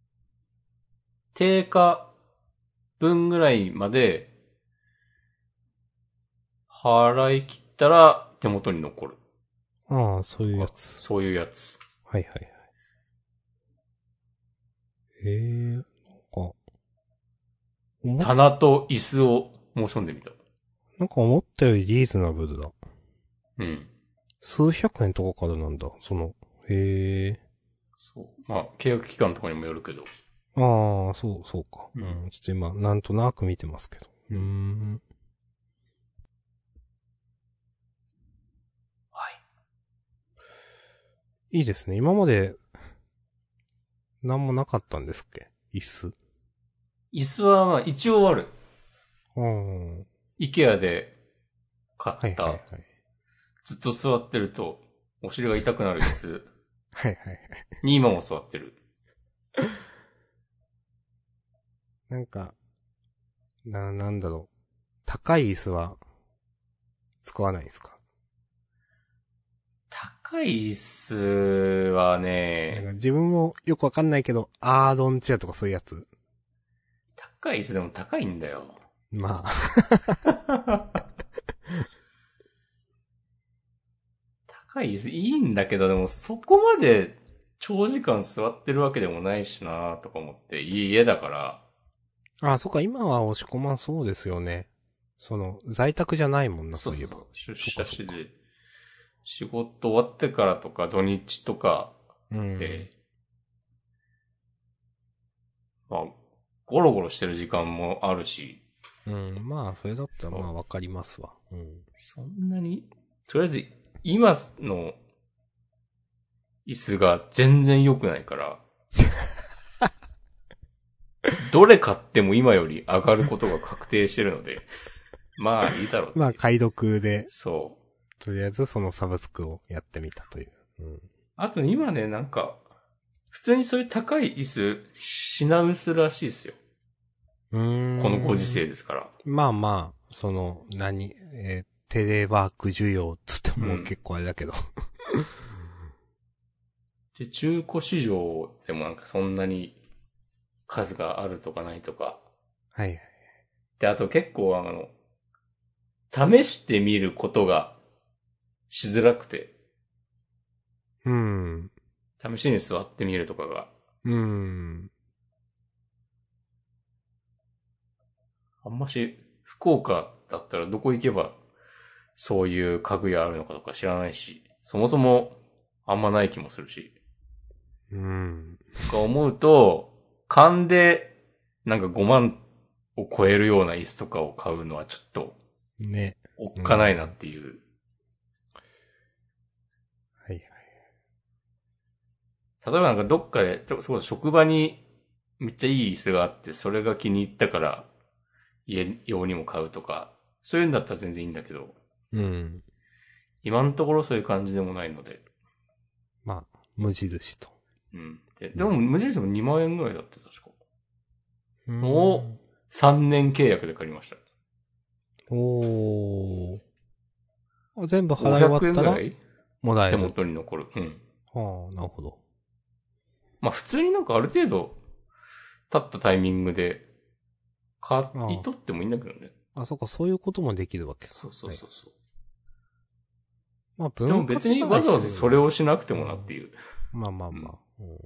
定価分ぐらいまで払い切ったら手元に残る。 ああ、そういうやつ。 そういうやつ。 はいはいはい。へえ、なんか。 棚と椅子を申し込んでみた。 なんか思ったよりリーズナブルだ。 うん。 数百円とかからなんだ。その、へえ。 そう。まあ、契約期間とかにもよるけど。 ああ、そう、そうか。 ううんん。ちょっと今、なんとなく見てますけど。うーん。 はい。 いいですね。今まで、なんもなかったんですっけ椅子。 椅子はまあ一応ある。 ああ。はイケアで買いった、 はいはい。 ずっと座ってるとお尻が痛くなる椅子はいはいはい。 に今も座ってる。 なんか、な、なんだろう。高い椅子は、使わないですか？ 高い椅子はなんかね、 自分もよくわかんないけど、アーロンチェアとかそういうやつ。 高い椅子でも高いんだよ。 まあ。 高い椅子いいんだけど、でもそこまで長時間座ってるわけでもないしなとか思って、家、家だから。 あ、そっか、今は押し込まんそうですよね。その、在宅じゃないもんな、そういえば。 そうそうそう。出社しで、仕事終わってからとか土日とかうん。 で、まあ、ゴロゴロしてる時間もあるし、 うん。まあ、それだったらそうまあわかりますわ。うん。 そんなに、とりあえず、今の椅子が全然良くないから、どれ買っても今より上がることが確定してるので、まあいいだろうって。 まあ、解読で、 そう。 とりあえずそのサブスクをやってみたという。うん。 あと今ね、なんか、普通にそういう高い椅子、品薄らしいですよ。 うーん。 このご時世ですから。 まあまあ、その、何、えーテレワーク需要つってもうん結構あれだけど。 で、中古市場でもなんかそんなに数があるとかないとか。 はいはい。 で、あと結構あの、試してみることがしづらくて、 うーん。 試しに座ってみるとかが、 うーん。 あんまし、福岡だったらどこ行けばそういう家具屋あるのかとか知らないし、そもそもあんまない気もするし、 うーん。 とか思うと、勘でなんかごまんを超えるような椅子とかを買うのはちょっと、 ね。 おっかないなっていう。 はいはい。 例えばなんかどっかで、ちょそう職場にめっちゃいい椅子があって、それが気に入ったから家用にも買うとか、そういうんだったら全然いいんだけど、 うん。 今のところそういう感じでもないので。 まあ、無印と。 うん。で、でも無印でもにまん円ぐらいだって確か。 うーん。 をさんねん契約で借りました。 おー。あ全部払い終 500 わったら円ぐらい手もらえる。 元に残る。うん。 はあ、なるほど。 まあ普通になんかある程度経ったタイミングで買い取ってもいいんだけどね。 あ、そっか、そういうこともできるわけか。 そうそうそうそう。 はい、まあ、 でも分割別にわざわざそれをしなくてもなっていう。 うん、まあまあまあ、うんうん。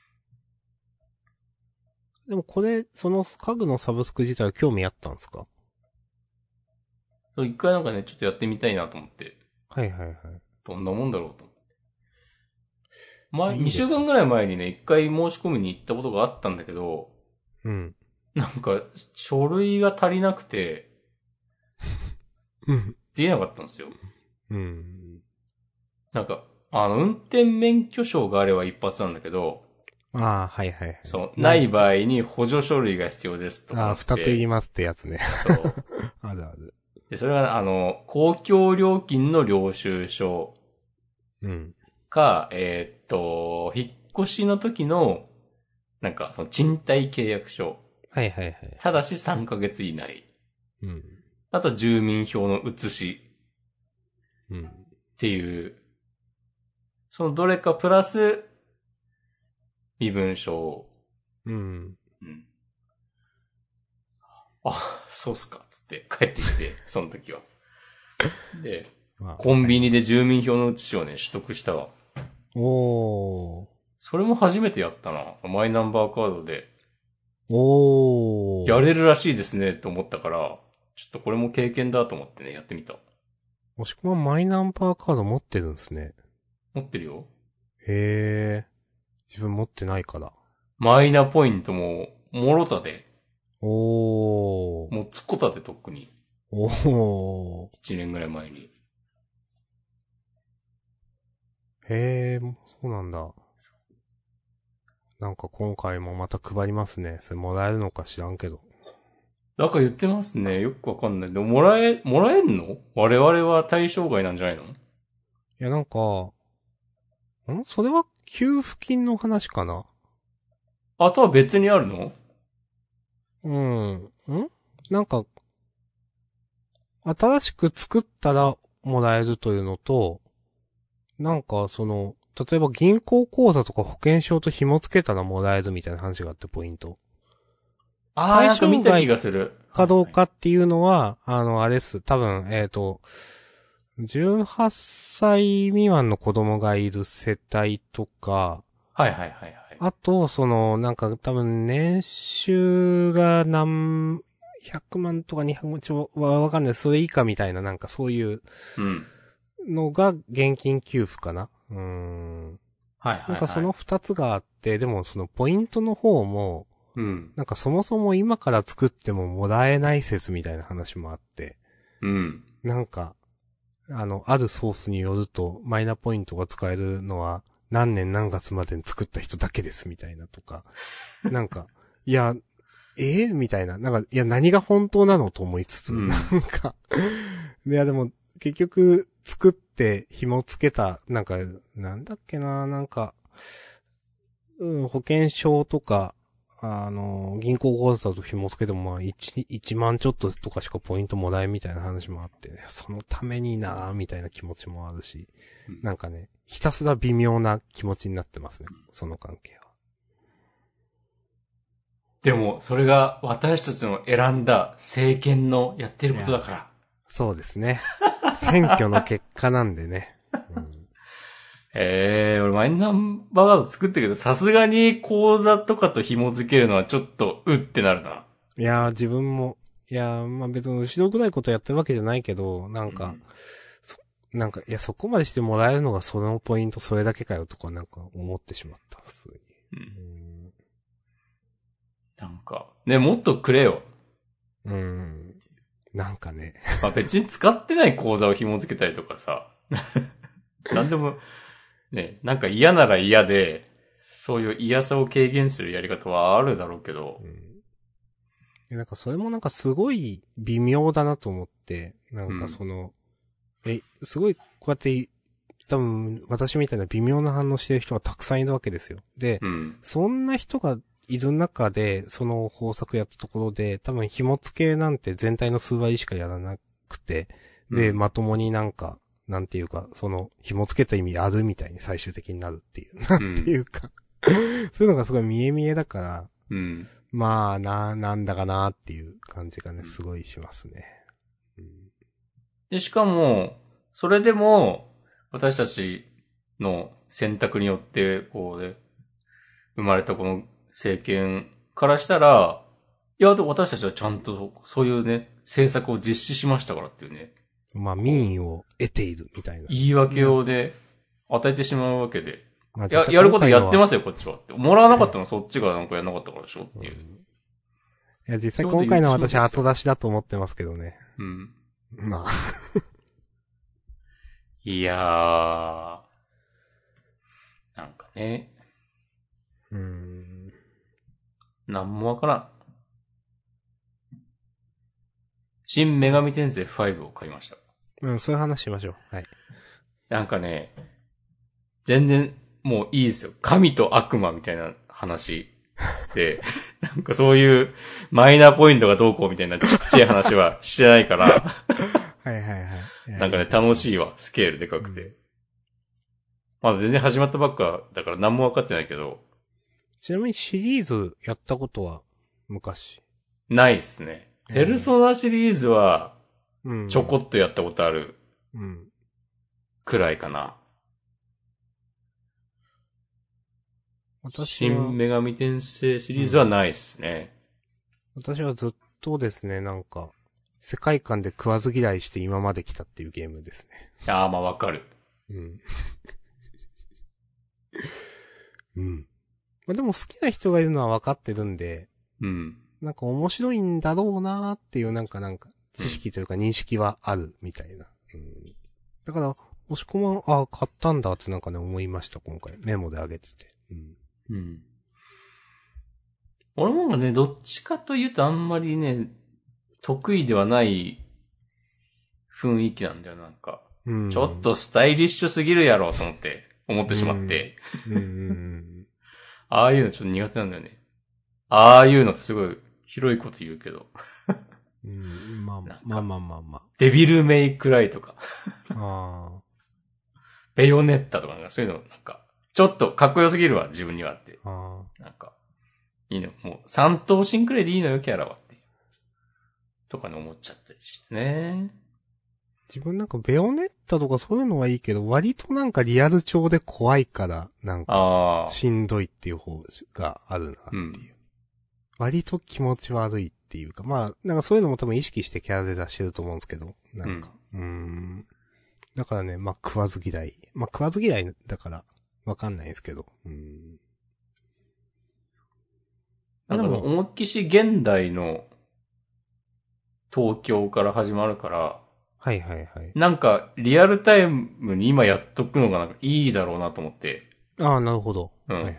でもこれ、その家具のサブスク自体は興味あったんですか？ そう一回なんかね、ちょっとやってみたいなと思って。 はいはいはい。 どんなもんだろうと思って。前、 いいですねにしゅうかんぐらい前にね、一回申し込みに行ったことがあったんだけど、 うん。 なんか、書類が足りなくて、 うん。 できなかったんですよ。 うん。 なんか、あの、運転免許証があれば一発なんだけど、 ああ、はいはいはい。 そう、ない場合に補助書類が必要ですとかああ、 なって。 二ついりますってやつね。 そう。 あるある。 で、それが、あの、公共料金の領収書うん。 か、えーっと、引っ越しの時の、なんか、その賃貸契約書。 はいはいはい。 ただしさんかげつ以内。 うん。 あと住民票の写しうん。 っていう、そのどれかプラス、身分証。 うん。 うん。あ、そうっすか、つって帰ってきて、その時は。で、 まあ、 コンビニで住民票の写しをね、取得したわ。 おー。 それも初めてやったな。マイナンバーカードで。 おー。 やれるらしいですね、と思ったから、 ちょっとこれも経験だと思ってね、やってみた。 もしくはマイナンバーカード持ってるんですね。 持ってるよ。 へえ。自分持ってないから。 マイナポイントも、もろたで。 おー。 もうつっこたでとっくに。 おー。 一年ぐらい前に。 へえ、そうなんだ。なんか今回もまた配りますね。それもらえるのか知らんけど。 なんか言ってますね。よくわかんない。でも、もらえ、もらえんの？我々は対象外なんじゃないの？ いやなんか、んそれは給付金の話かな？ あとは別にあるの？ うん。んなんか、新しく作ったらもらえるというのと、なんかその、例えば銀行口座とか保険証と紐付けたらもらえるみたいな話があってポイント。 ああ、なんか見た気がする。 かどうかっていうのは、あの、あれっす。多分、えっと、じゅうはっさい未満の子供がいる世帯とか、 はいはいはいはい。 あと、その、なんか多分年収が何、ひゃくまんとかにひゃくまんちょ、わかんない。それ以下みたいな、なんかそういううん。 のが現金給付かな。うーん。 はいはいはい。 なんかその二つがあって、でもそのポイントの方も、 うん。 なんかそもそも今から作ってももらえない説みたいな話もあって、 うん。 なんか、あの、あるソースによると、マイナポイントが使えるのは、何年何月までに作った人だけですみたいなとか、なんか、いや、えー、みたいな、なんか、いや、何が本当なのと思いつつ、 うんなんか、いや、でも、結局、作って紐つけた、なんか、なんだっけな、なんか、うん、保険証とか、あの、銀行口座と紐付けてもまあ一、一万ちょっととかしかポイントもらえみたいな話もあって、そのためになぁ、みたいな気持ちもあるし、 うん、 なんかね、ひたすら微妙な気持ちになってますね、その関係は。 でも、それが私たちの選んだ政権のやってることだから。 そうですね。選挙の結果なんでね。うん、 ええー、俺マイナンバーカード作ったけど、さすがに口座とかと紐付けるのはちょっと、うってなるな。 いやー、自分も、いやー、まあ別に後ろぐらいことやってるわけじゃないけど、なんか、うん、そ、なんか、いや、そこまでしてもらえるのがそのポイントそれだけかよとかなんか思ってしまった、普通に。 うん。なんか、ね、もっとくれよ。 うん。なんかね。 まあ別に使ってない口座を紐付けたりとかさ。なんでも、ね、なんか嫌なら嫌で、そういう嫌さを軽減するやり方はあるだろうけど。 うん、なんかそれもなんかすごい微妙だなと思って、なんかその、うん、え、すごいこうやって、多分私みたいな微妙な反応してる人がたくさんいるわけですよ。で、 うん、 そんな人がいる中で、その方策やったところで、多分紐付けなんて全体の数割しかやらなくて、で、うん、まともになんか、なんていうか、その、紐付けた意味あるみたいに最終的になるっていう。なんていうか、そういうのがすごい見え見えだから、 うん、 まあ、な、なんだかなっていう感じがね、すごいしますね。 うん、で、しかも、それでも、私たちの選択によって、こうね、生まれたこの政権からしたら、いや、でも私たちはちゃんとそういうね、政策を実施しましたからっていうね。 まあ、民意を得ているみたいな。 言い訳をね、与えてしまうわけで。まあ、や、やることやってますよ、こっちはって。もらわなかったのはそっちがなんかやんなかったからでしょっていう。うん、 いや、実際今回の私は後出しだと思ってますけどね。 うん。 まあ。 いやー。なんかね。 うーん。 なんもわからん。新女神転生ファイブを買いました。 うん、そういう話しましょう。はい。 なんかね、全然もういいですよ。神と悪魔みたいな話で、なんかそういうマイナーポイントがどうこうみたいなちっちゃい話はしてないから。 はいはいはい。 なんかね、楽しいわ。スケールでかくて。うん、まだ全然始まったばっかだから何も分かってないけど。 ちなみにシリーズやったことは昔ないっすね。うん、ペルソナシリーズは、ちょこっとやったことある。 うん。 くらいかな。私は新女神転生シリーズはないっすね。 うん、私はずっとですね、なんか、 世界観で食わず嫌いして今まで来たっていうゲームですね。 ああ、まあわかる。 うん。うん。まあでも好きな人がいるのは分かってるんで、 うん。 なんか面白いんだろうなーっていうなんかなんか知識というか認識はあるみたいな。うん、だから、押し込まん、ああ、買ったんだってなんかね思いました今回。メモで上げてて。うん。 うん。俺もね、どっちかというとあんまりね、得意ではない雰囲気なんだよ、なんか。うん、ちょっとスタイリッシュすぎるやろと思って、思ってしまって。うんうんうん、ああいうのちょっと苦手なんだよね。ああいうのってすごい広いこと言うけど。 うん、まあまあまあまあまあ。 デビルメイクライとか。 あベヨネッタとかなんかそういうのなんか、ちょっとかっこよすぎるわ、自分にはって。あなんか、いいの、もう三頭身くらいでいいのよ、キャラはって。とかに思っちゃったりしてね。 自分なんかベヨネッタとかそういうのはいいけど、割となんかリアル調で怖いから、なんか、しんどいっていう方があるなっていう。うん、割と気持ち悪いっていうか、まあ、なんかそういうのも多分意識してキャラデザしてると思うんですけど、なんか、うん、うーん。だからね、まあ食わず嫌い。まあ食わず嫌いだから、わかんないですけど、うん。 なんか思いっきし現代の東京から始まるから、 はいはいはい。 なんかリアルタイムに今やっとくのがなんかいいだろうなと思って。 ああ、なるほど。 うん。 はいはい。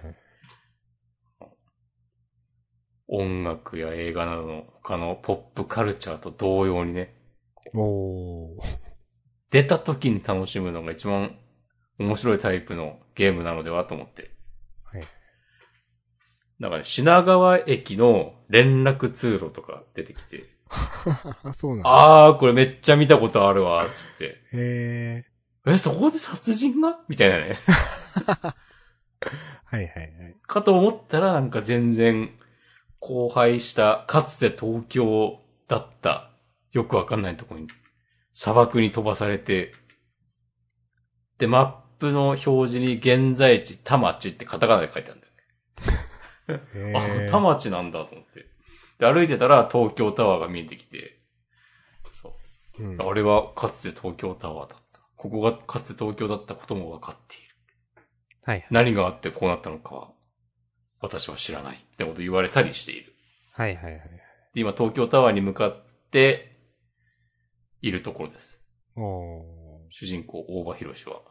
音楽や映画などの他のポップカルチャーと同様にね。 おー。 出た時に楽しむのが一番面白いタイプのゲームなのではと思って。はい。なんかね、品川駅の連絡通路とか出てきて。 そうなんだ。 あー、これめっちゃ見たことあるわ、つって。 へー。え、そこで殺人がみたいなね。 はいはいはい。 かと思ったらなんか全然荒廃した、かつて東京だった、よくわかんないところに、砂漠に飛ばされて、で、マップの表示に現在地、田町ってカタカナで書いてあるんだよね。あ、田町なんだと思って。で、歩いてたら東京タワーが見えてきて、そう。うん、あれはかつて東京タワーだった。ここがかつて東京だったこともわかっている。はい、はい。何があってこうなったのかは、私は知らないってこと言われたりしている。 はいはいはい。 で、今東京タワーに向かっているところです。 お主人公、大場博士は。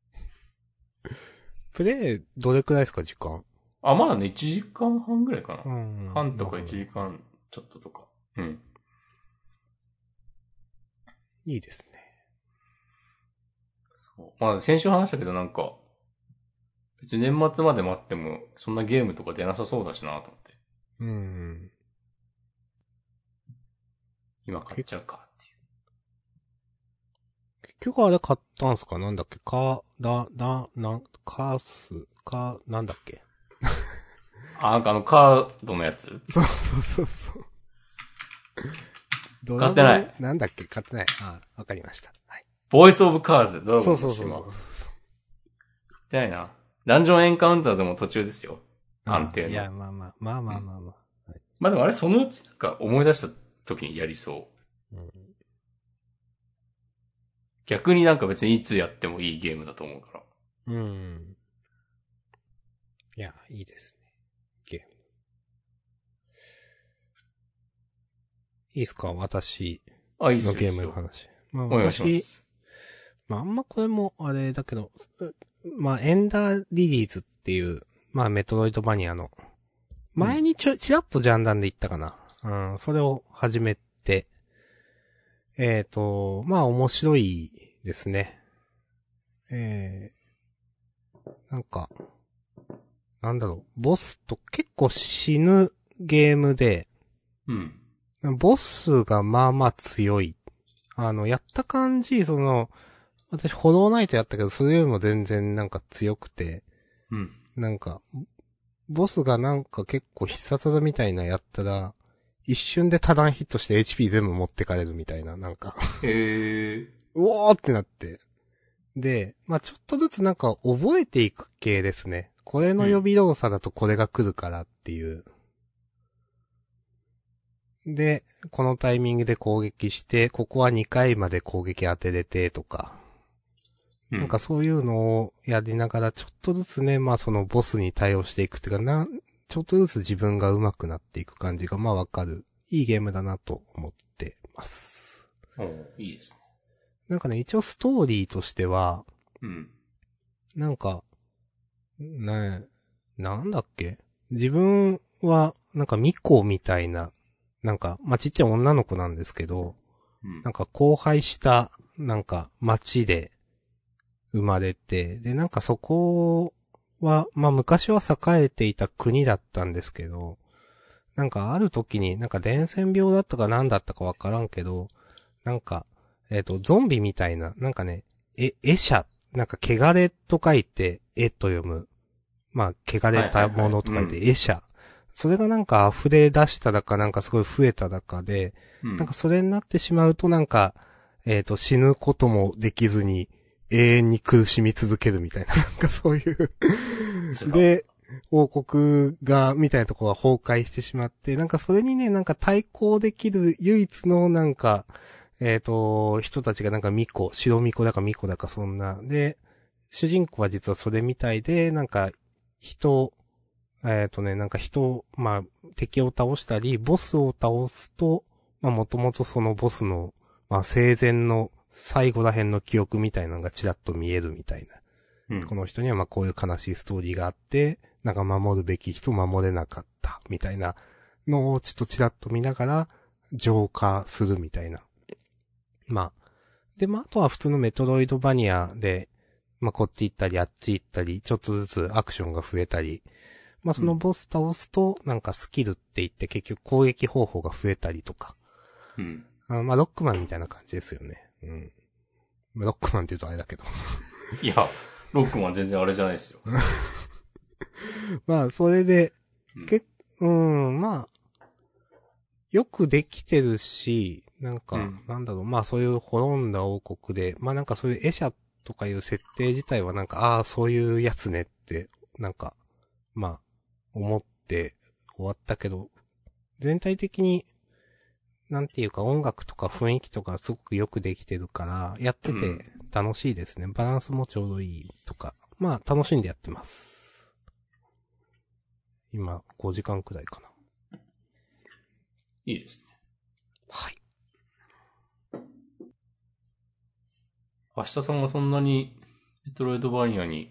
プレイ、どれくらいですか、時間？ あ、まだね、いちじかんはんぐらいかな。うん。半とかいちじかんちょっととか。うん。 いいですね。 そう。まあ、先週話したけどなんか、別に年末まで待っても、そんなゲームとか出なさそうだしなと思って。 うん。 今買っちゃうかっていう。 結局あれ買ったんすか？なんだっけか、だ、だ、な、カース、か、なんだっけあ、なんかあのカードのやつ？ そうそうそうそう。 買ってない。 なんだっけ買ってない。ああ、わかりました。はい。 ボイスオブカーズ、ドラゴンの島。そうそうそう。買ってないな。ダンジョンエンカウンターズも途中ですよ。安定の。 いや、まあまあ、まあまあまあまあ。 うんはい、まあでもあれそのうちなんか思い出した時にやりそう。うん、逆になんか別にいつやってもいいゲームだと思うから。 うん。いや、いいですね。ゲーム。いいっすか私のゲームの話。 まあ私、 まああんまこれもあれだけど、まあエンダーリリーズっていう、まあメトロイドバニアの、前にちょ、ちらっとジャンダンで言ったかな。うん、それを始めて、えっと、まあ面白いですね。えー、なんか、なんだろう、ボスと結構死ぬゲームで、 うん。 ボスがまあまあ強い。あの、やった感じ、その、私、ホローナイトやったけど、それよりも全然なんか強くて、 うん。 なんか、ボスがなんか結構必殺技みたいなやったら、一瞬で多段ヒットして エイチピー 全部持ってかれるみたいな、なんかへー。 うおーってなって。で、まあちょっとずつなんか覚えていく系ですね。これの予備動作だとこれが来るからっていう。 で、このタイミングで攻撃して、ここはにかいまで攻撃当てれて、とか。 うん、 なんかそういうのをやりながら、ちょっとずつね、まあそのボスに対応していくっていうか、な、ちょっとずつ自分が上手くなっていく感じが、まあわかる。いいゲームだなと思ってます。 おいいですね。 なんかね、一応ストーリーとしては、 うん。 なんか、ね、なんだっけ自分は、なんかミコみたいな、なんか、まあ、ちっちゃい女の子なんですけど、 うん。 なんか荒廃した、なんか町で生まれて、で、なんかそこは、まあ、昔は栄えていた国だったんですけど、なんかある時に、なんか伝染病だったか何だったかわからんけど、なんか、えっ、と、ゾンビみたいな、なんかね、え、エシャ、なんか汚れと書いて、えと読む。まあ、汚れたものと書いて、 はいはいはいエシャ。それがなんか溢れ出しただかなんかすごい増えただかで、 うん。 なんかそれになってしまうとなんか、えっ、と、死ぬこともできずに永遠に苦しみ続けるみたいな、なんかそういうつら。 で、王国が、みたいなところが崩壊してしまって、なんかそれにね、なんか対抗できる唯一のなんか、えっ、と、人たちがなんかミコ、白ミコだかミコだかそんな。で、主人公は実はそれみたいで、なんか、人、えっ、とね、なんか人、まあ、敵を倒したり、ボスを倒すと、まあもともとそのボスの、まあ生前の最後ら辺の記憶みたいなのがちらっと見えるみたいな。 うん。 この人にはまあこういう悲しいストーリーがあって、なんか守るべき人守れなかった、みたいなのをちょっとちらっと見ながら、浄化するみたいな。まあ。で、まああとは普通のメトロイドバニアで、まあこっち行ったりあっち行ったり、ちょっとずつアクションが増えたり、まあそのボス倒すと、なんかスキルって言って結局攻撃方法が増えたりとか。 うん。 あまあロックマンみたいな感じですよね。うん。ロックマンって言うとあれだけど。 いや、ロックマン全然あれじゃないですよ。 まあそれで、 うん。 けうん、まあ、よくできてるし、なんか、 うんなんだろう、まあそういう滅んだ王国で、まあなんかそういうエシャとかいう設定自体はなんか、ああ、そういうやつねって、なんか、まあ、思って終わったけど、全体的に、なんていうか音楽とか雰囲気とかすごくよくできてるから、やってて楽しいですね。バランスもちょうどいいとか。まあ楽しんでやってます。今ごじかんくらいかな。 いいですね。 はい。 明日さんがそんなにメトロイドバニアに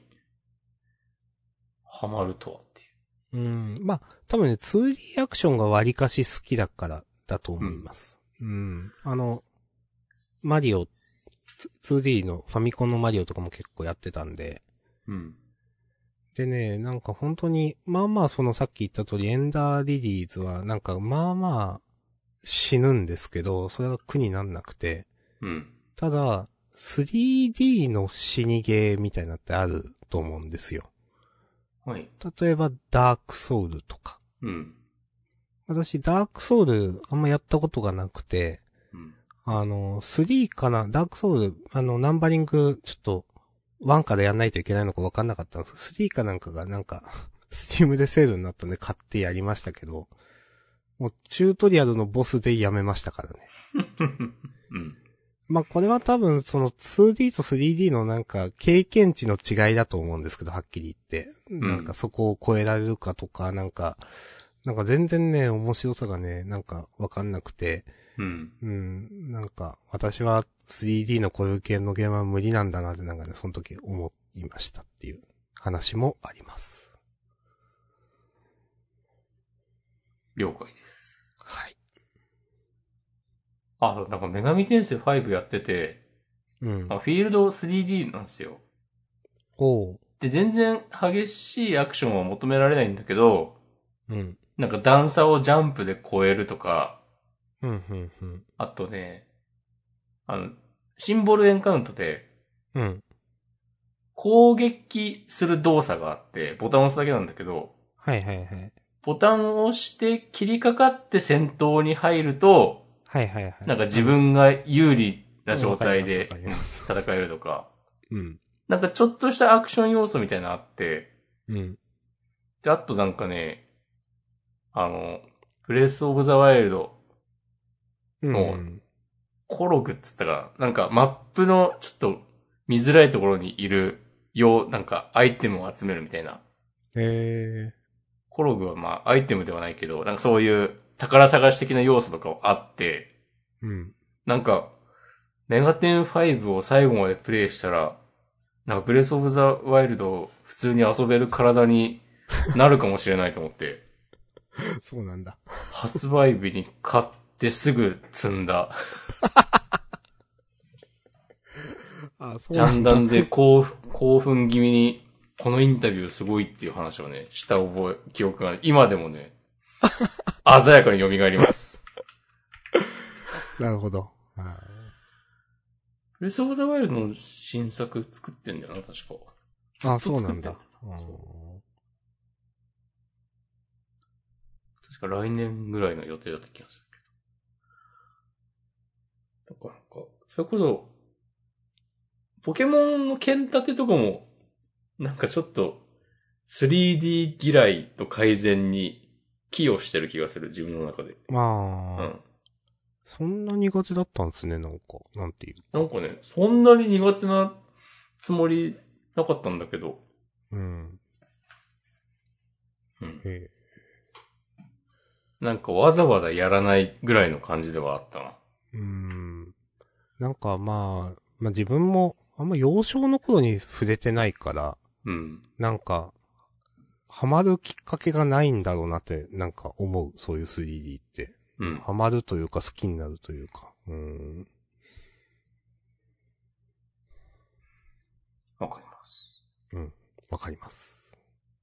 ハマるとはっていう。 うん。まあ、多分ね、ツーディー アクションが割かし好きだからだと思います。うん。うん、あの、マリオ、ツーディー のファミコンのマリオとかも結構やってたんで。 うん。 でね、なんか本当に、まあまあそのさっき言った通りエンダーリリーズはなんかまあまあ死ぬんですけど、それが苦になんなくて。 うん。 ただ、スリーディー の死にゲーみたいなのってあると思うんですよ。 はい。 例えば、ダークソウルとか。 うん。 私、ダークソウルあんまやったことがなくて、 うん。 あの、スリーかなダークソウル、あの、ナンバリング、ちょっと、ワンからやんないといけないのか分かんなかったんですけど、スリーかなんかがなんか、スチームでセールになったんで買ってやりましたけど、もう、チュートリアルのボスでやめましたからね。 うん。 まあ、これは多分その ツーディー と スリーディー のなんか経験値の違いだと思うんですけど、はっきり言って。なんかそこを超えられるかとか、なんか、なんか全然ね、面白さがね、なんかわかんなくて。 うん。 うん。なんか、私は スリーディー のこういう系のゲームは無理なんだなってなんかね、その時思いましたっていう話もあります。 了解です。 はい。 あ、なんか女神転生ファイブやってて、 うん。 あフィールド スリーディー なんですよ。 おう。 で、全然激しいアクションは求められないんだけど、 うん。 なんか段差をジャンプで越えるとか、 うん、うん、うん。 あとね、あの、シンボルエンカウントで、 うん。 攻撃する動作があって、ボタンを押すだけなんだけど、 はいはいはい。 ボタンを押して切りかかって戦闘に入ると、 はいはいはい。 なんか自分が有利な状態うんでわかります戦えるとか、 うん。 なんかちょっとしたアクション要素みたいなのあって、 うん。 で、あとなんかね、あの、ブレスオブザワイルドの、コログっつったかな、なんかマップのちょっと見づらいところにいるよう、なんかアイテムを集めるみたいな。 へえ。 コログはまあアイテムではないけど、なんかそういう宝探し的な要素とかはあって、 うん。 なんか、メガテンファイブを最後までプレイしたら、なんかブレスオブザワイルドを普通に遊べる体になるかもしれないと思って。 そうなんだ。 発売日に買ってすぐ積んだ。 あ、そうジャなんだ。 ンダンで興奮興奮気味に、このインタビューすごいっていう話をね、した覚え、記憶が、今でもね、鮮やかに蘇ります。 なるほど。 ブレスオブザワイルドの新作作ってんだよな、確か。 あ、そうなんだ。 確か来年ぐらいの予定だった気がするけど。だからなんか、それこそ、ポケモンの剣立てとかも、なんかちょっと、スリーディー 嫌いと改善に寄与してる気がする、自分の中で。 まあ、 うん。 そんな苦手だったんですね、なんか。なんていう。 なんかね、そんなに苦手なつもりなかったんだけど。 うん。 うん。 へえ。 なんかわざわざやらないぐらいの感じではあったな。 うーん。なんかまあ、まあ自分も、あんま幼少の頃に触れてないから、 うん。 なんか、ハマるきっかけがないんだろうなって、なんか思う、そういう スリーディー って。 うん。 ハマるというか好きになるというか。うーん。 わかります。 うん。わかります。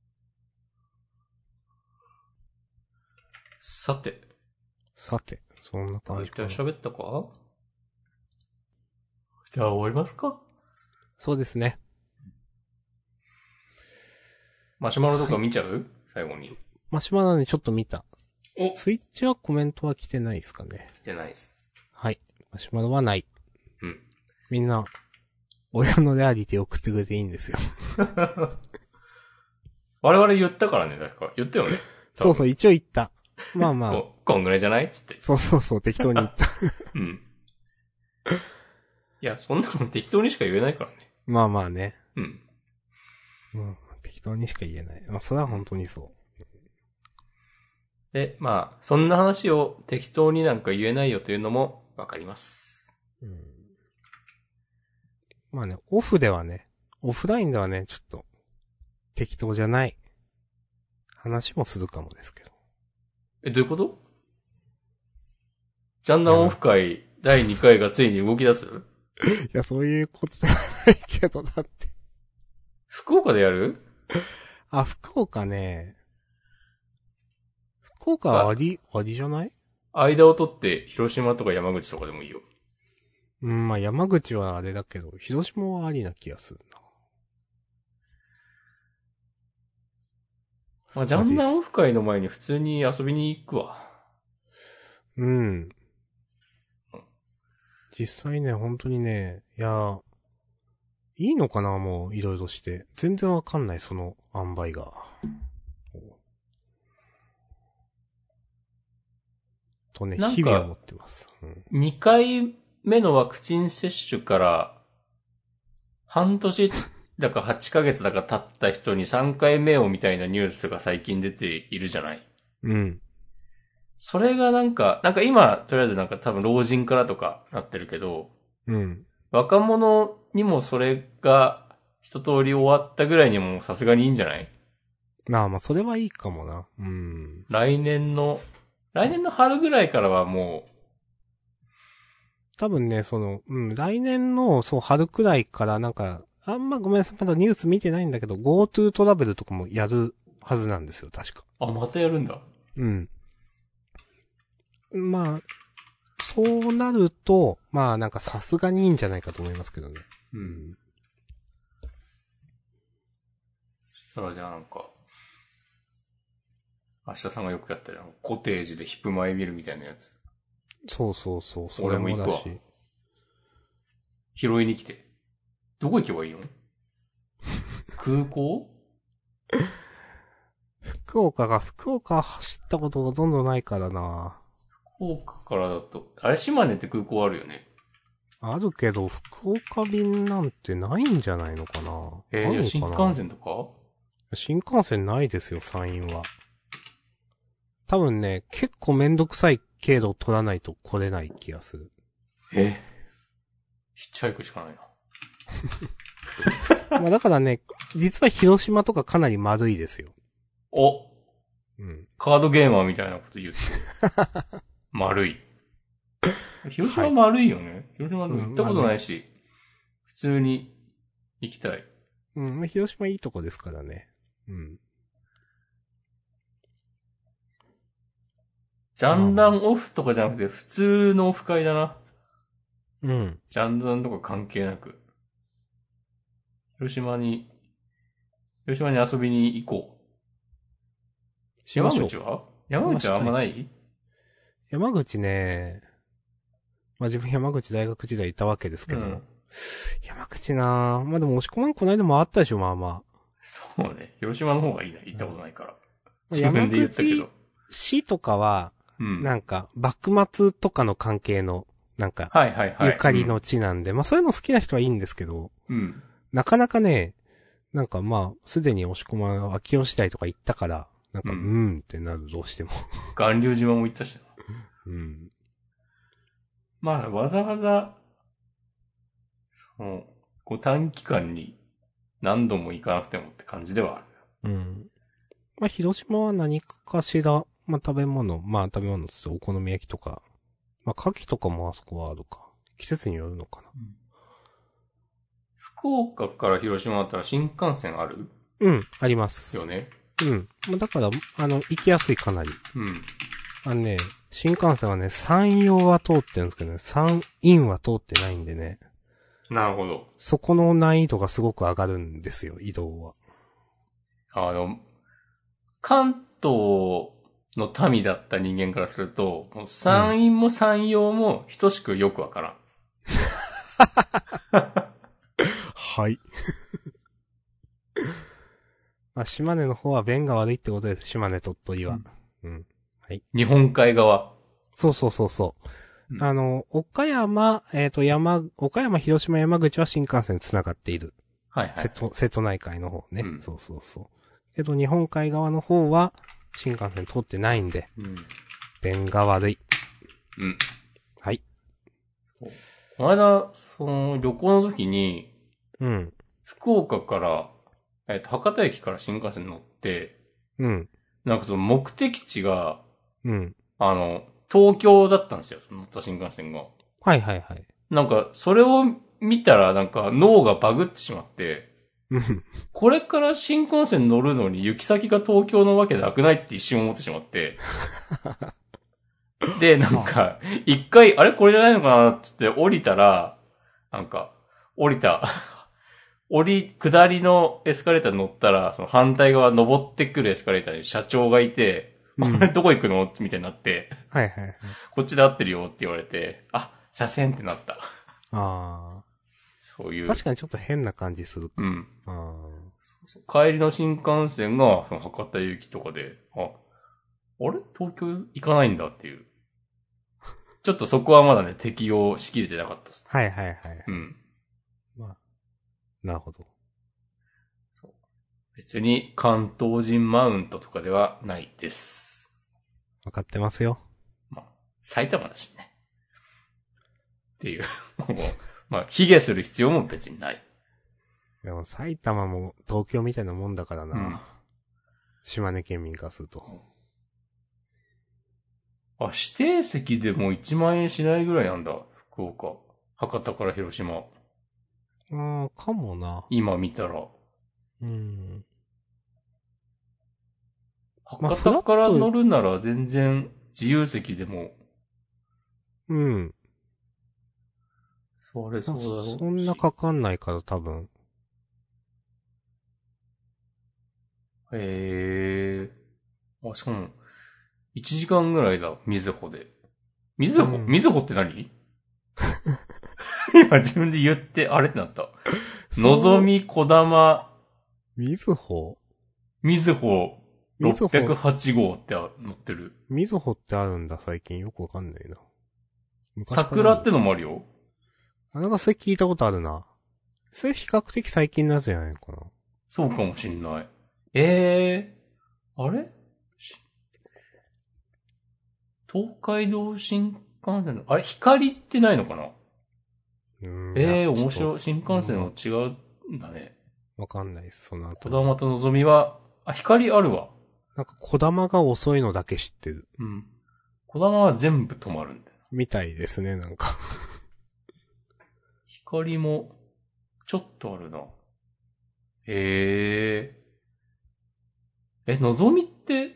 さて。 さて、そんな感じかな。 大体喋ったか？じゃあ終わりますか？ そうですね。 マシュマロとか見ちゃう、はい、最後に。 マシュマロにちょっと見た。 おツイッチはコメントは来てないですかね。 来てないです。 はい。マシュマロはない。 うん。 みんな、親のレアリティ送ってくれていいんですよ。 我々言ったからね、誰か。言ったよね。 そうそう、一応言った。まあまあ。 こ、こんぐらいじゃないっつって。 そうそうそう、適当に言った。 うん。いや、そんなの適当にしか言えないからね。 まあまあね。 うん。 うん。適当にしか言えない。まあ、それは本当にそう。 で、まあ、そんな話を適当になんか言えないよというのもわかります。 うん。まあね、オフではね、オフラインではね、ちょっと、適当じゃない話もするかもですけど。 え、どういうこと？ジャンダンオフ会だいにかいがついに動き出す？いや、そういうことじゃないけど、だって。 福岡でやる？ あ、福岡ね。福岡はあり、ありじゃない？ 間を取って広島とか山口とかでもいいよ。 うん、まあ山口はあれだけど、広島はありな気がするな。 まあ、ジャンダンオフ会の前に普通に遊びに行くわ。 うん。実際ね、本当にね、いや、いいのかな、もう、いろいろして。全然わかんない、その、塩梅が。とね、日々思ってます。 うん、にかいめのワクチン接種から、半年だかはちかげつだか経った人にさんかいめをみたいなニュースが最近出ているじゃない。 うん。 それがなんか、なんか今、とりあえずなんか多分老人からとかなってるけど、 うん。 若者にもそれが一通り終わったぐらいにもさすがにいいんじゃない？ まあまあ、それはいいかもな。うん。 来年の、来年の春ぐらいからはもう、 多分ね、その、うん、来年の、そう、春くらいからなんか、あんまごめんなさい、まだニュース見てないんだけど、GoTo トラベルとかもやるはずなんですよ、確か。 あ、またやるんだ。 うん。まあ、そうなると、まあなんかさすがにいいんじゃないかと思いますけどね。 うん。そしたらじゃあなんか、明日さんがよくやったよ。コテージでヒップ前見るみたいなやつ。 そうそうそう、そ俺も行くわ。拾いに来て。どこ行けばいいの？空港？ 福岡が、福岡走ったことほとんどないからな。 福岡からだと、あれ島根って空港あるよね。 あるけど、福岡便なんてないんじゃないのかな。 えー、 あるのかな新幹線とか新幹線ないですよ、山陰は。多分ね、結構めんどくさい経路を取らないと来れない気がする。 えヒッチハイクしかないな。 まあだからね、実は広島とかかなり丸いですよ。 おうん。 カードゲーマーみたいなこと言うて。丸い。広島丸いよね。はい、広島行ったことないし、うん、普通に行きたい。 うん、まあ、広島いいとこですからね。うん。 ジャンダンオフとかじゃなくて、普通のオフ会だな。 うん。 ジャンダンとか関係なく。広島に、広島に遊びに行こう。山口は山口はあんまない？ 山口ね、まあ自分山口大学時代いたわけですけど、うん、山口なぁ。まあでも押し込まんこないだもあったでしょ、まあまあ。 そうね。広島の方がいいな、行ったことないから。うん、自分で言ったけど。 山口市とかは、うん、なんか、幕末とかの関係の、なんか、 はいはいはい。 ゆかりの地なんで、うん、まあそういうの好きな人はいいんですけど、 うん、 なかなかね、なんかまあ、すでに押し込まん秋吉台とか行ったから、なんか、うん、うんってなる、どうしても。 巌流島も行ったしな。 うん。 まあ、わざわざ、その、こう短期間に何度も行かなくてもって感じではある。うん。まあ、広島は何かしら、まあ食べ物、まあ食べ物つってお好み焼きとか、まあ牡蠣とかもあそこはあるか。季節によるのかな。うん、 福岡から広島だったら新幹線ある？ うん、あります。 よね。 うん。だから、あの、行きやすいかなり。 うん。 あのね、新幹線はね、山陽は通ってるんですけどね、山陰は通ってないんでね。 なるほど。 そこの難易度がすごく上がるんですよ、移動は。 あの、関東の民だった人間からすると、もう山陰も山陽も等しくよくわからん。 はい。まあ、島根の方は便が悪いってことです、島根鳥取は。うん。うん。はい。 日本海側。 そうそうそうそう。うん、あの、岡山、えっと、山、岡山、広島、山口は新幹線繋がっている。 はいはい。 瀬戸、瀬戸内海の方ね。 うん、 そうそうそう。けど日本海側の方は新幹線通ってないんで、 うん。 便が悪い。 うん。 はい。 この間、その旅行の時に、 うん。 福岡から、えっと、博多駅から新幹線乗って、 うん。 なんかその目的地が、 うん。 あの、東京だったんですよ、その乗った新幹線が。 はいはいはい。 なんか、それを見たらなんか脳がバグってしまって、これから新幹線乗るのに行き先が東京のわけなくないって一瞬思ってしまって。で、なんか、一回、あれこれじゃないのかなってって降りたら、なんか、降りた。降り、下りのエスカレーター乗ったら、その反対側登ってくるエスカレーターに社長がいて、うん、これどこ行くのみたいになって。 はいはいはい。 こっちで合ってるよって言われて、あ、車線ってなった。 ああ。 そういう。 確かにちょっと変な感じするか。 うん。 あ帰りの新幹線が、その博多行きとかで、あ、あれ東京行かないんだっていう。ちょっとそこはまだね、適用しきれてなかったです。 はいはいはい。 うん。 まあ、なるほど。 そう別に関東人マウントとかではないです。 わかってますよ。 まあ、埼玉だしね。っていう。まあ、卑下する必要も別にない。 でも埼玉も東京みたいなもんだからな。うん、島根県民からすると。 あ、指定席でもいちまん円しないぐらいなんだ。福岡。博多から広島。 ああ、かもな。 今見たら。 うん。 博多から乗るなら全然自由席でも。 うん。 それそうだろう。 そんなかかんないから多分。 へえ。あ、しかも、いちじかんぐらいだ、みずほで。みずほ、うん、みずほって何今自分で言って、あれってなった。のぞみ、こだま。 みずほみずほ。 みずほろっぴゃくはちごうって載ってる。 みずほってあるんだ、最近。よくわかんないな。昔から桜ってのもあるよ。 あ、なんかそれ聞いたことあるな。それ比較的最近のやつじゃないのかな。 そうかもしんない。えー、あれ東海道新幹線の、あれ光ってないのかな。 うーんええー、 いや面白い。 ちょっ新幹線も違うんだね。 とわかんないです、その後。 小玉とのぞみは、あ、光あるわ。 なんか小玉が遅いのだけ知ってる。 うん。小玉は全部止まるんだよ。 みたいですね、なんか。 光も、ちょっとあるな。へえ。え、のぞみって、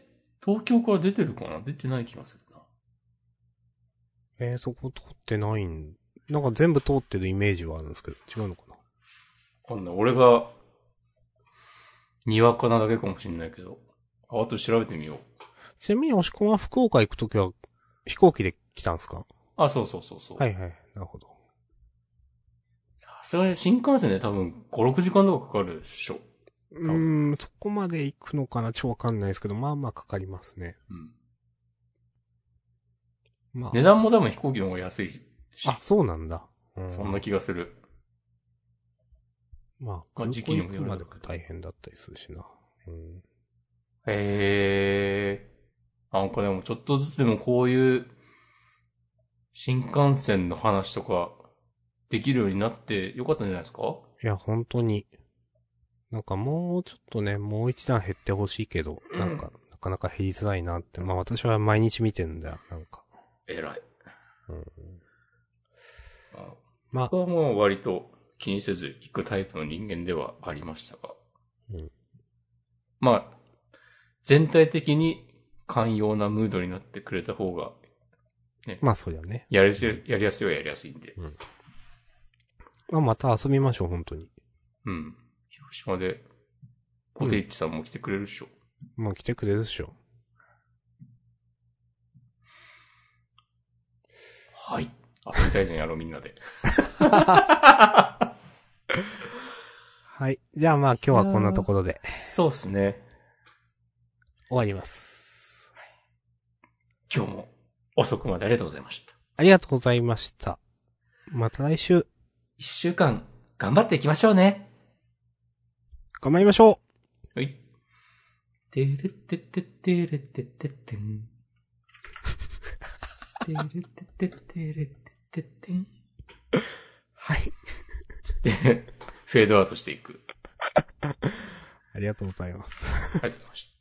東京から出てるかな？出てない気がするな。 えー、そこ通ってないん。なんか全部通ってるイメージはあるんですけど、違うのかな。 わかんない。俺が、にわかなだけかもしんないけど。あ、あと調べてみよう。 ちなみに、押し込まは福岡行くときは、飛行機で来たんですか？ あ、そうそうそうそう。 はいはい、なるほど。 さすがに新幹線で多分ご、ろくじかんとかかかるでしょ。 うーん、そこまで行くのかなちょっとわかんないですけど、まあまあかかりますね。 うん。 まあ。 値段も多分飛行機の方が安いし。 あ、そうなんだ。うん、 そんな気がする。 まあ、 まあ空港時期にも行くまでよるんだけどが大変だったりするしな。うん、 へえ。なんかでもちょっとずつでもこういう新幹線の話とかできるようになってよかったんじゃないですか？ いや、本当に。なんかもうちょっとね、もう一段減ってほしいけど、なんか、なかなか減りづらいなって。まあ私は毎日見てんだよ、なんか。 偉い。 うん、 あまあ僕、はもう割と気にせず行くタイプの人間ではありましたが。 うん、 まあ、全体的に寛容なムードになってくれた方が、ね。 まあそりゃね。 やりやすい、やりやすいはやりやすいんで。 うん。まあまた遊びましょう、本当に。 うん。広島で、コテイッチさんも来てくれるでしょ。 まあ来てくれるっしょ。 はい。遊びたいじゃんやろうみんなで。 はい。じゃあまあ今日はこんなところでそうっすね。 終わります。 今日も遅くまでありがとうございました。 ありがとうございました。また来週。 一週間頑張っていきましょうね。 頑張りましょう。はい。てれってってってれってってってん。てれってってってれってってってん。 はい。 つって、フェードアウトしていく。 ありがとうございます。 ありがとうございました。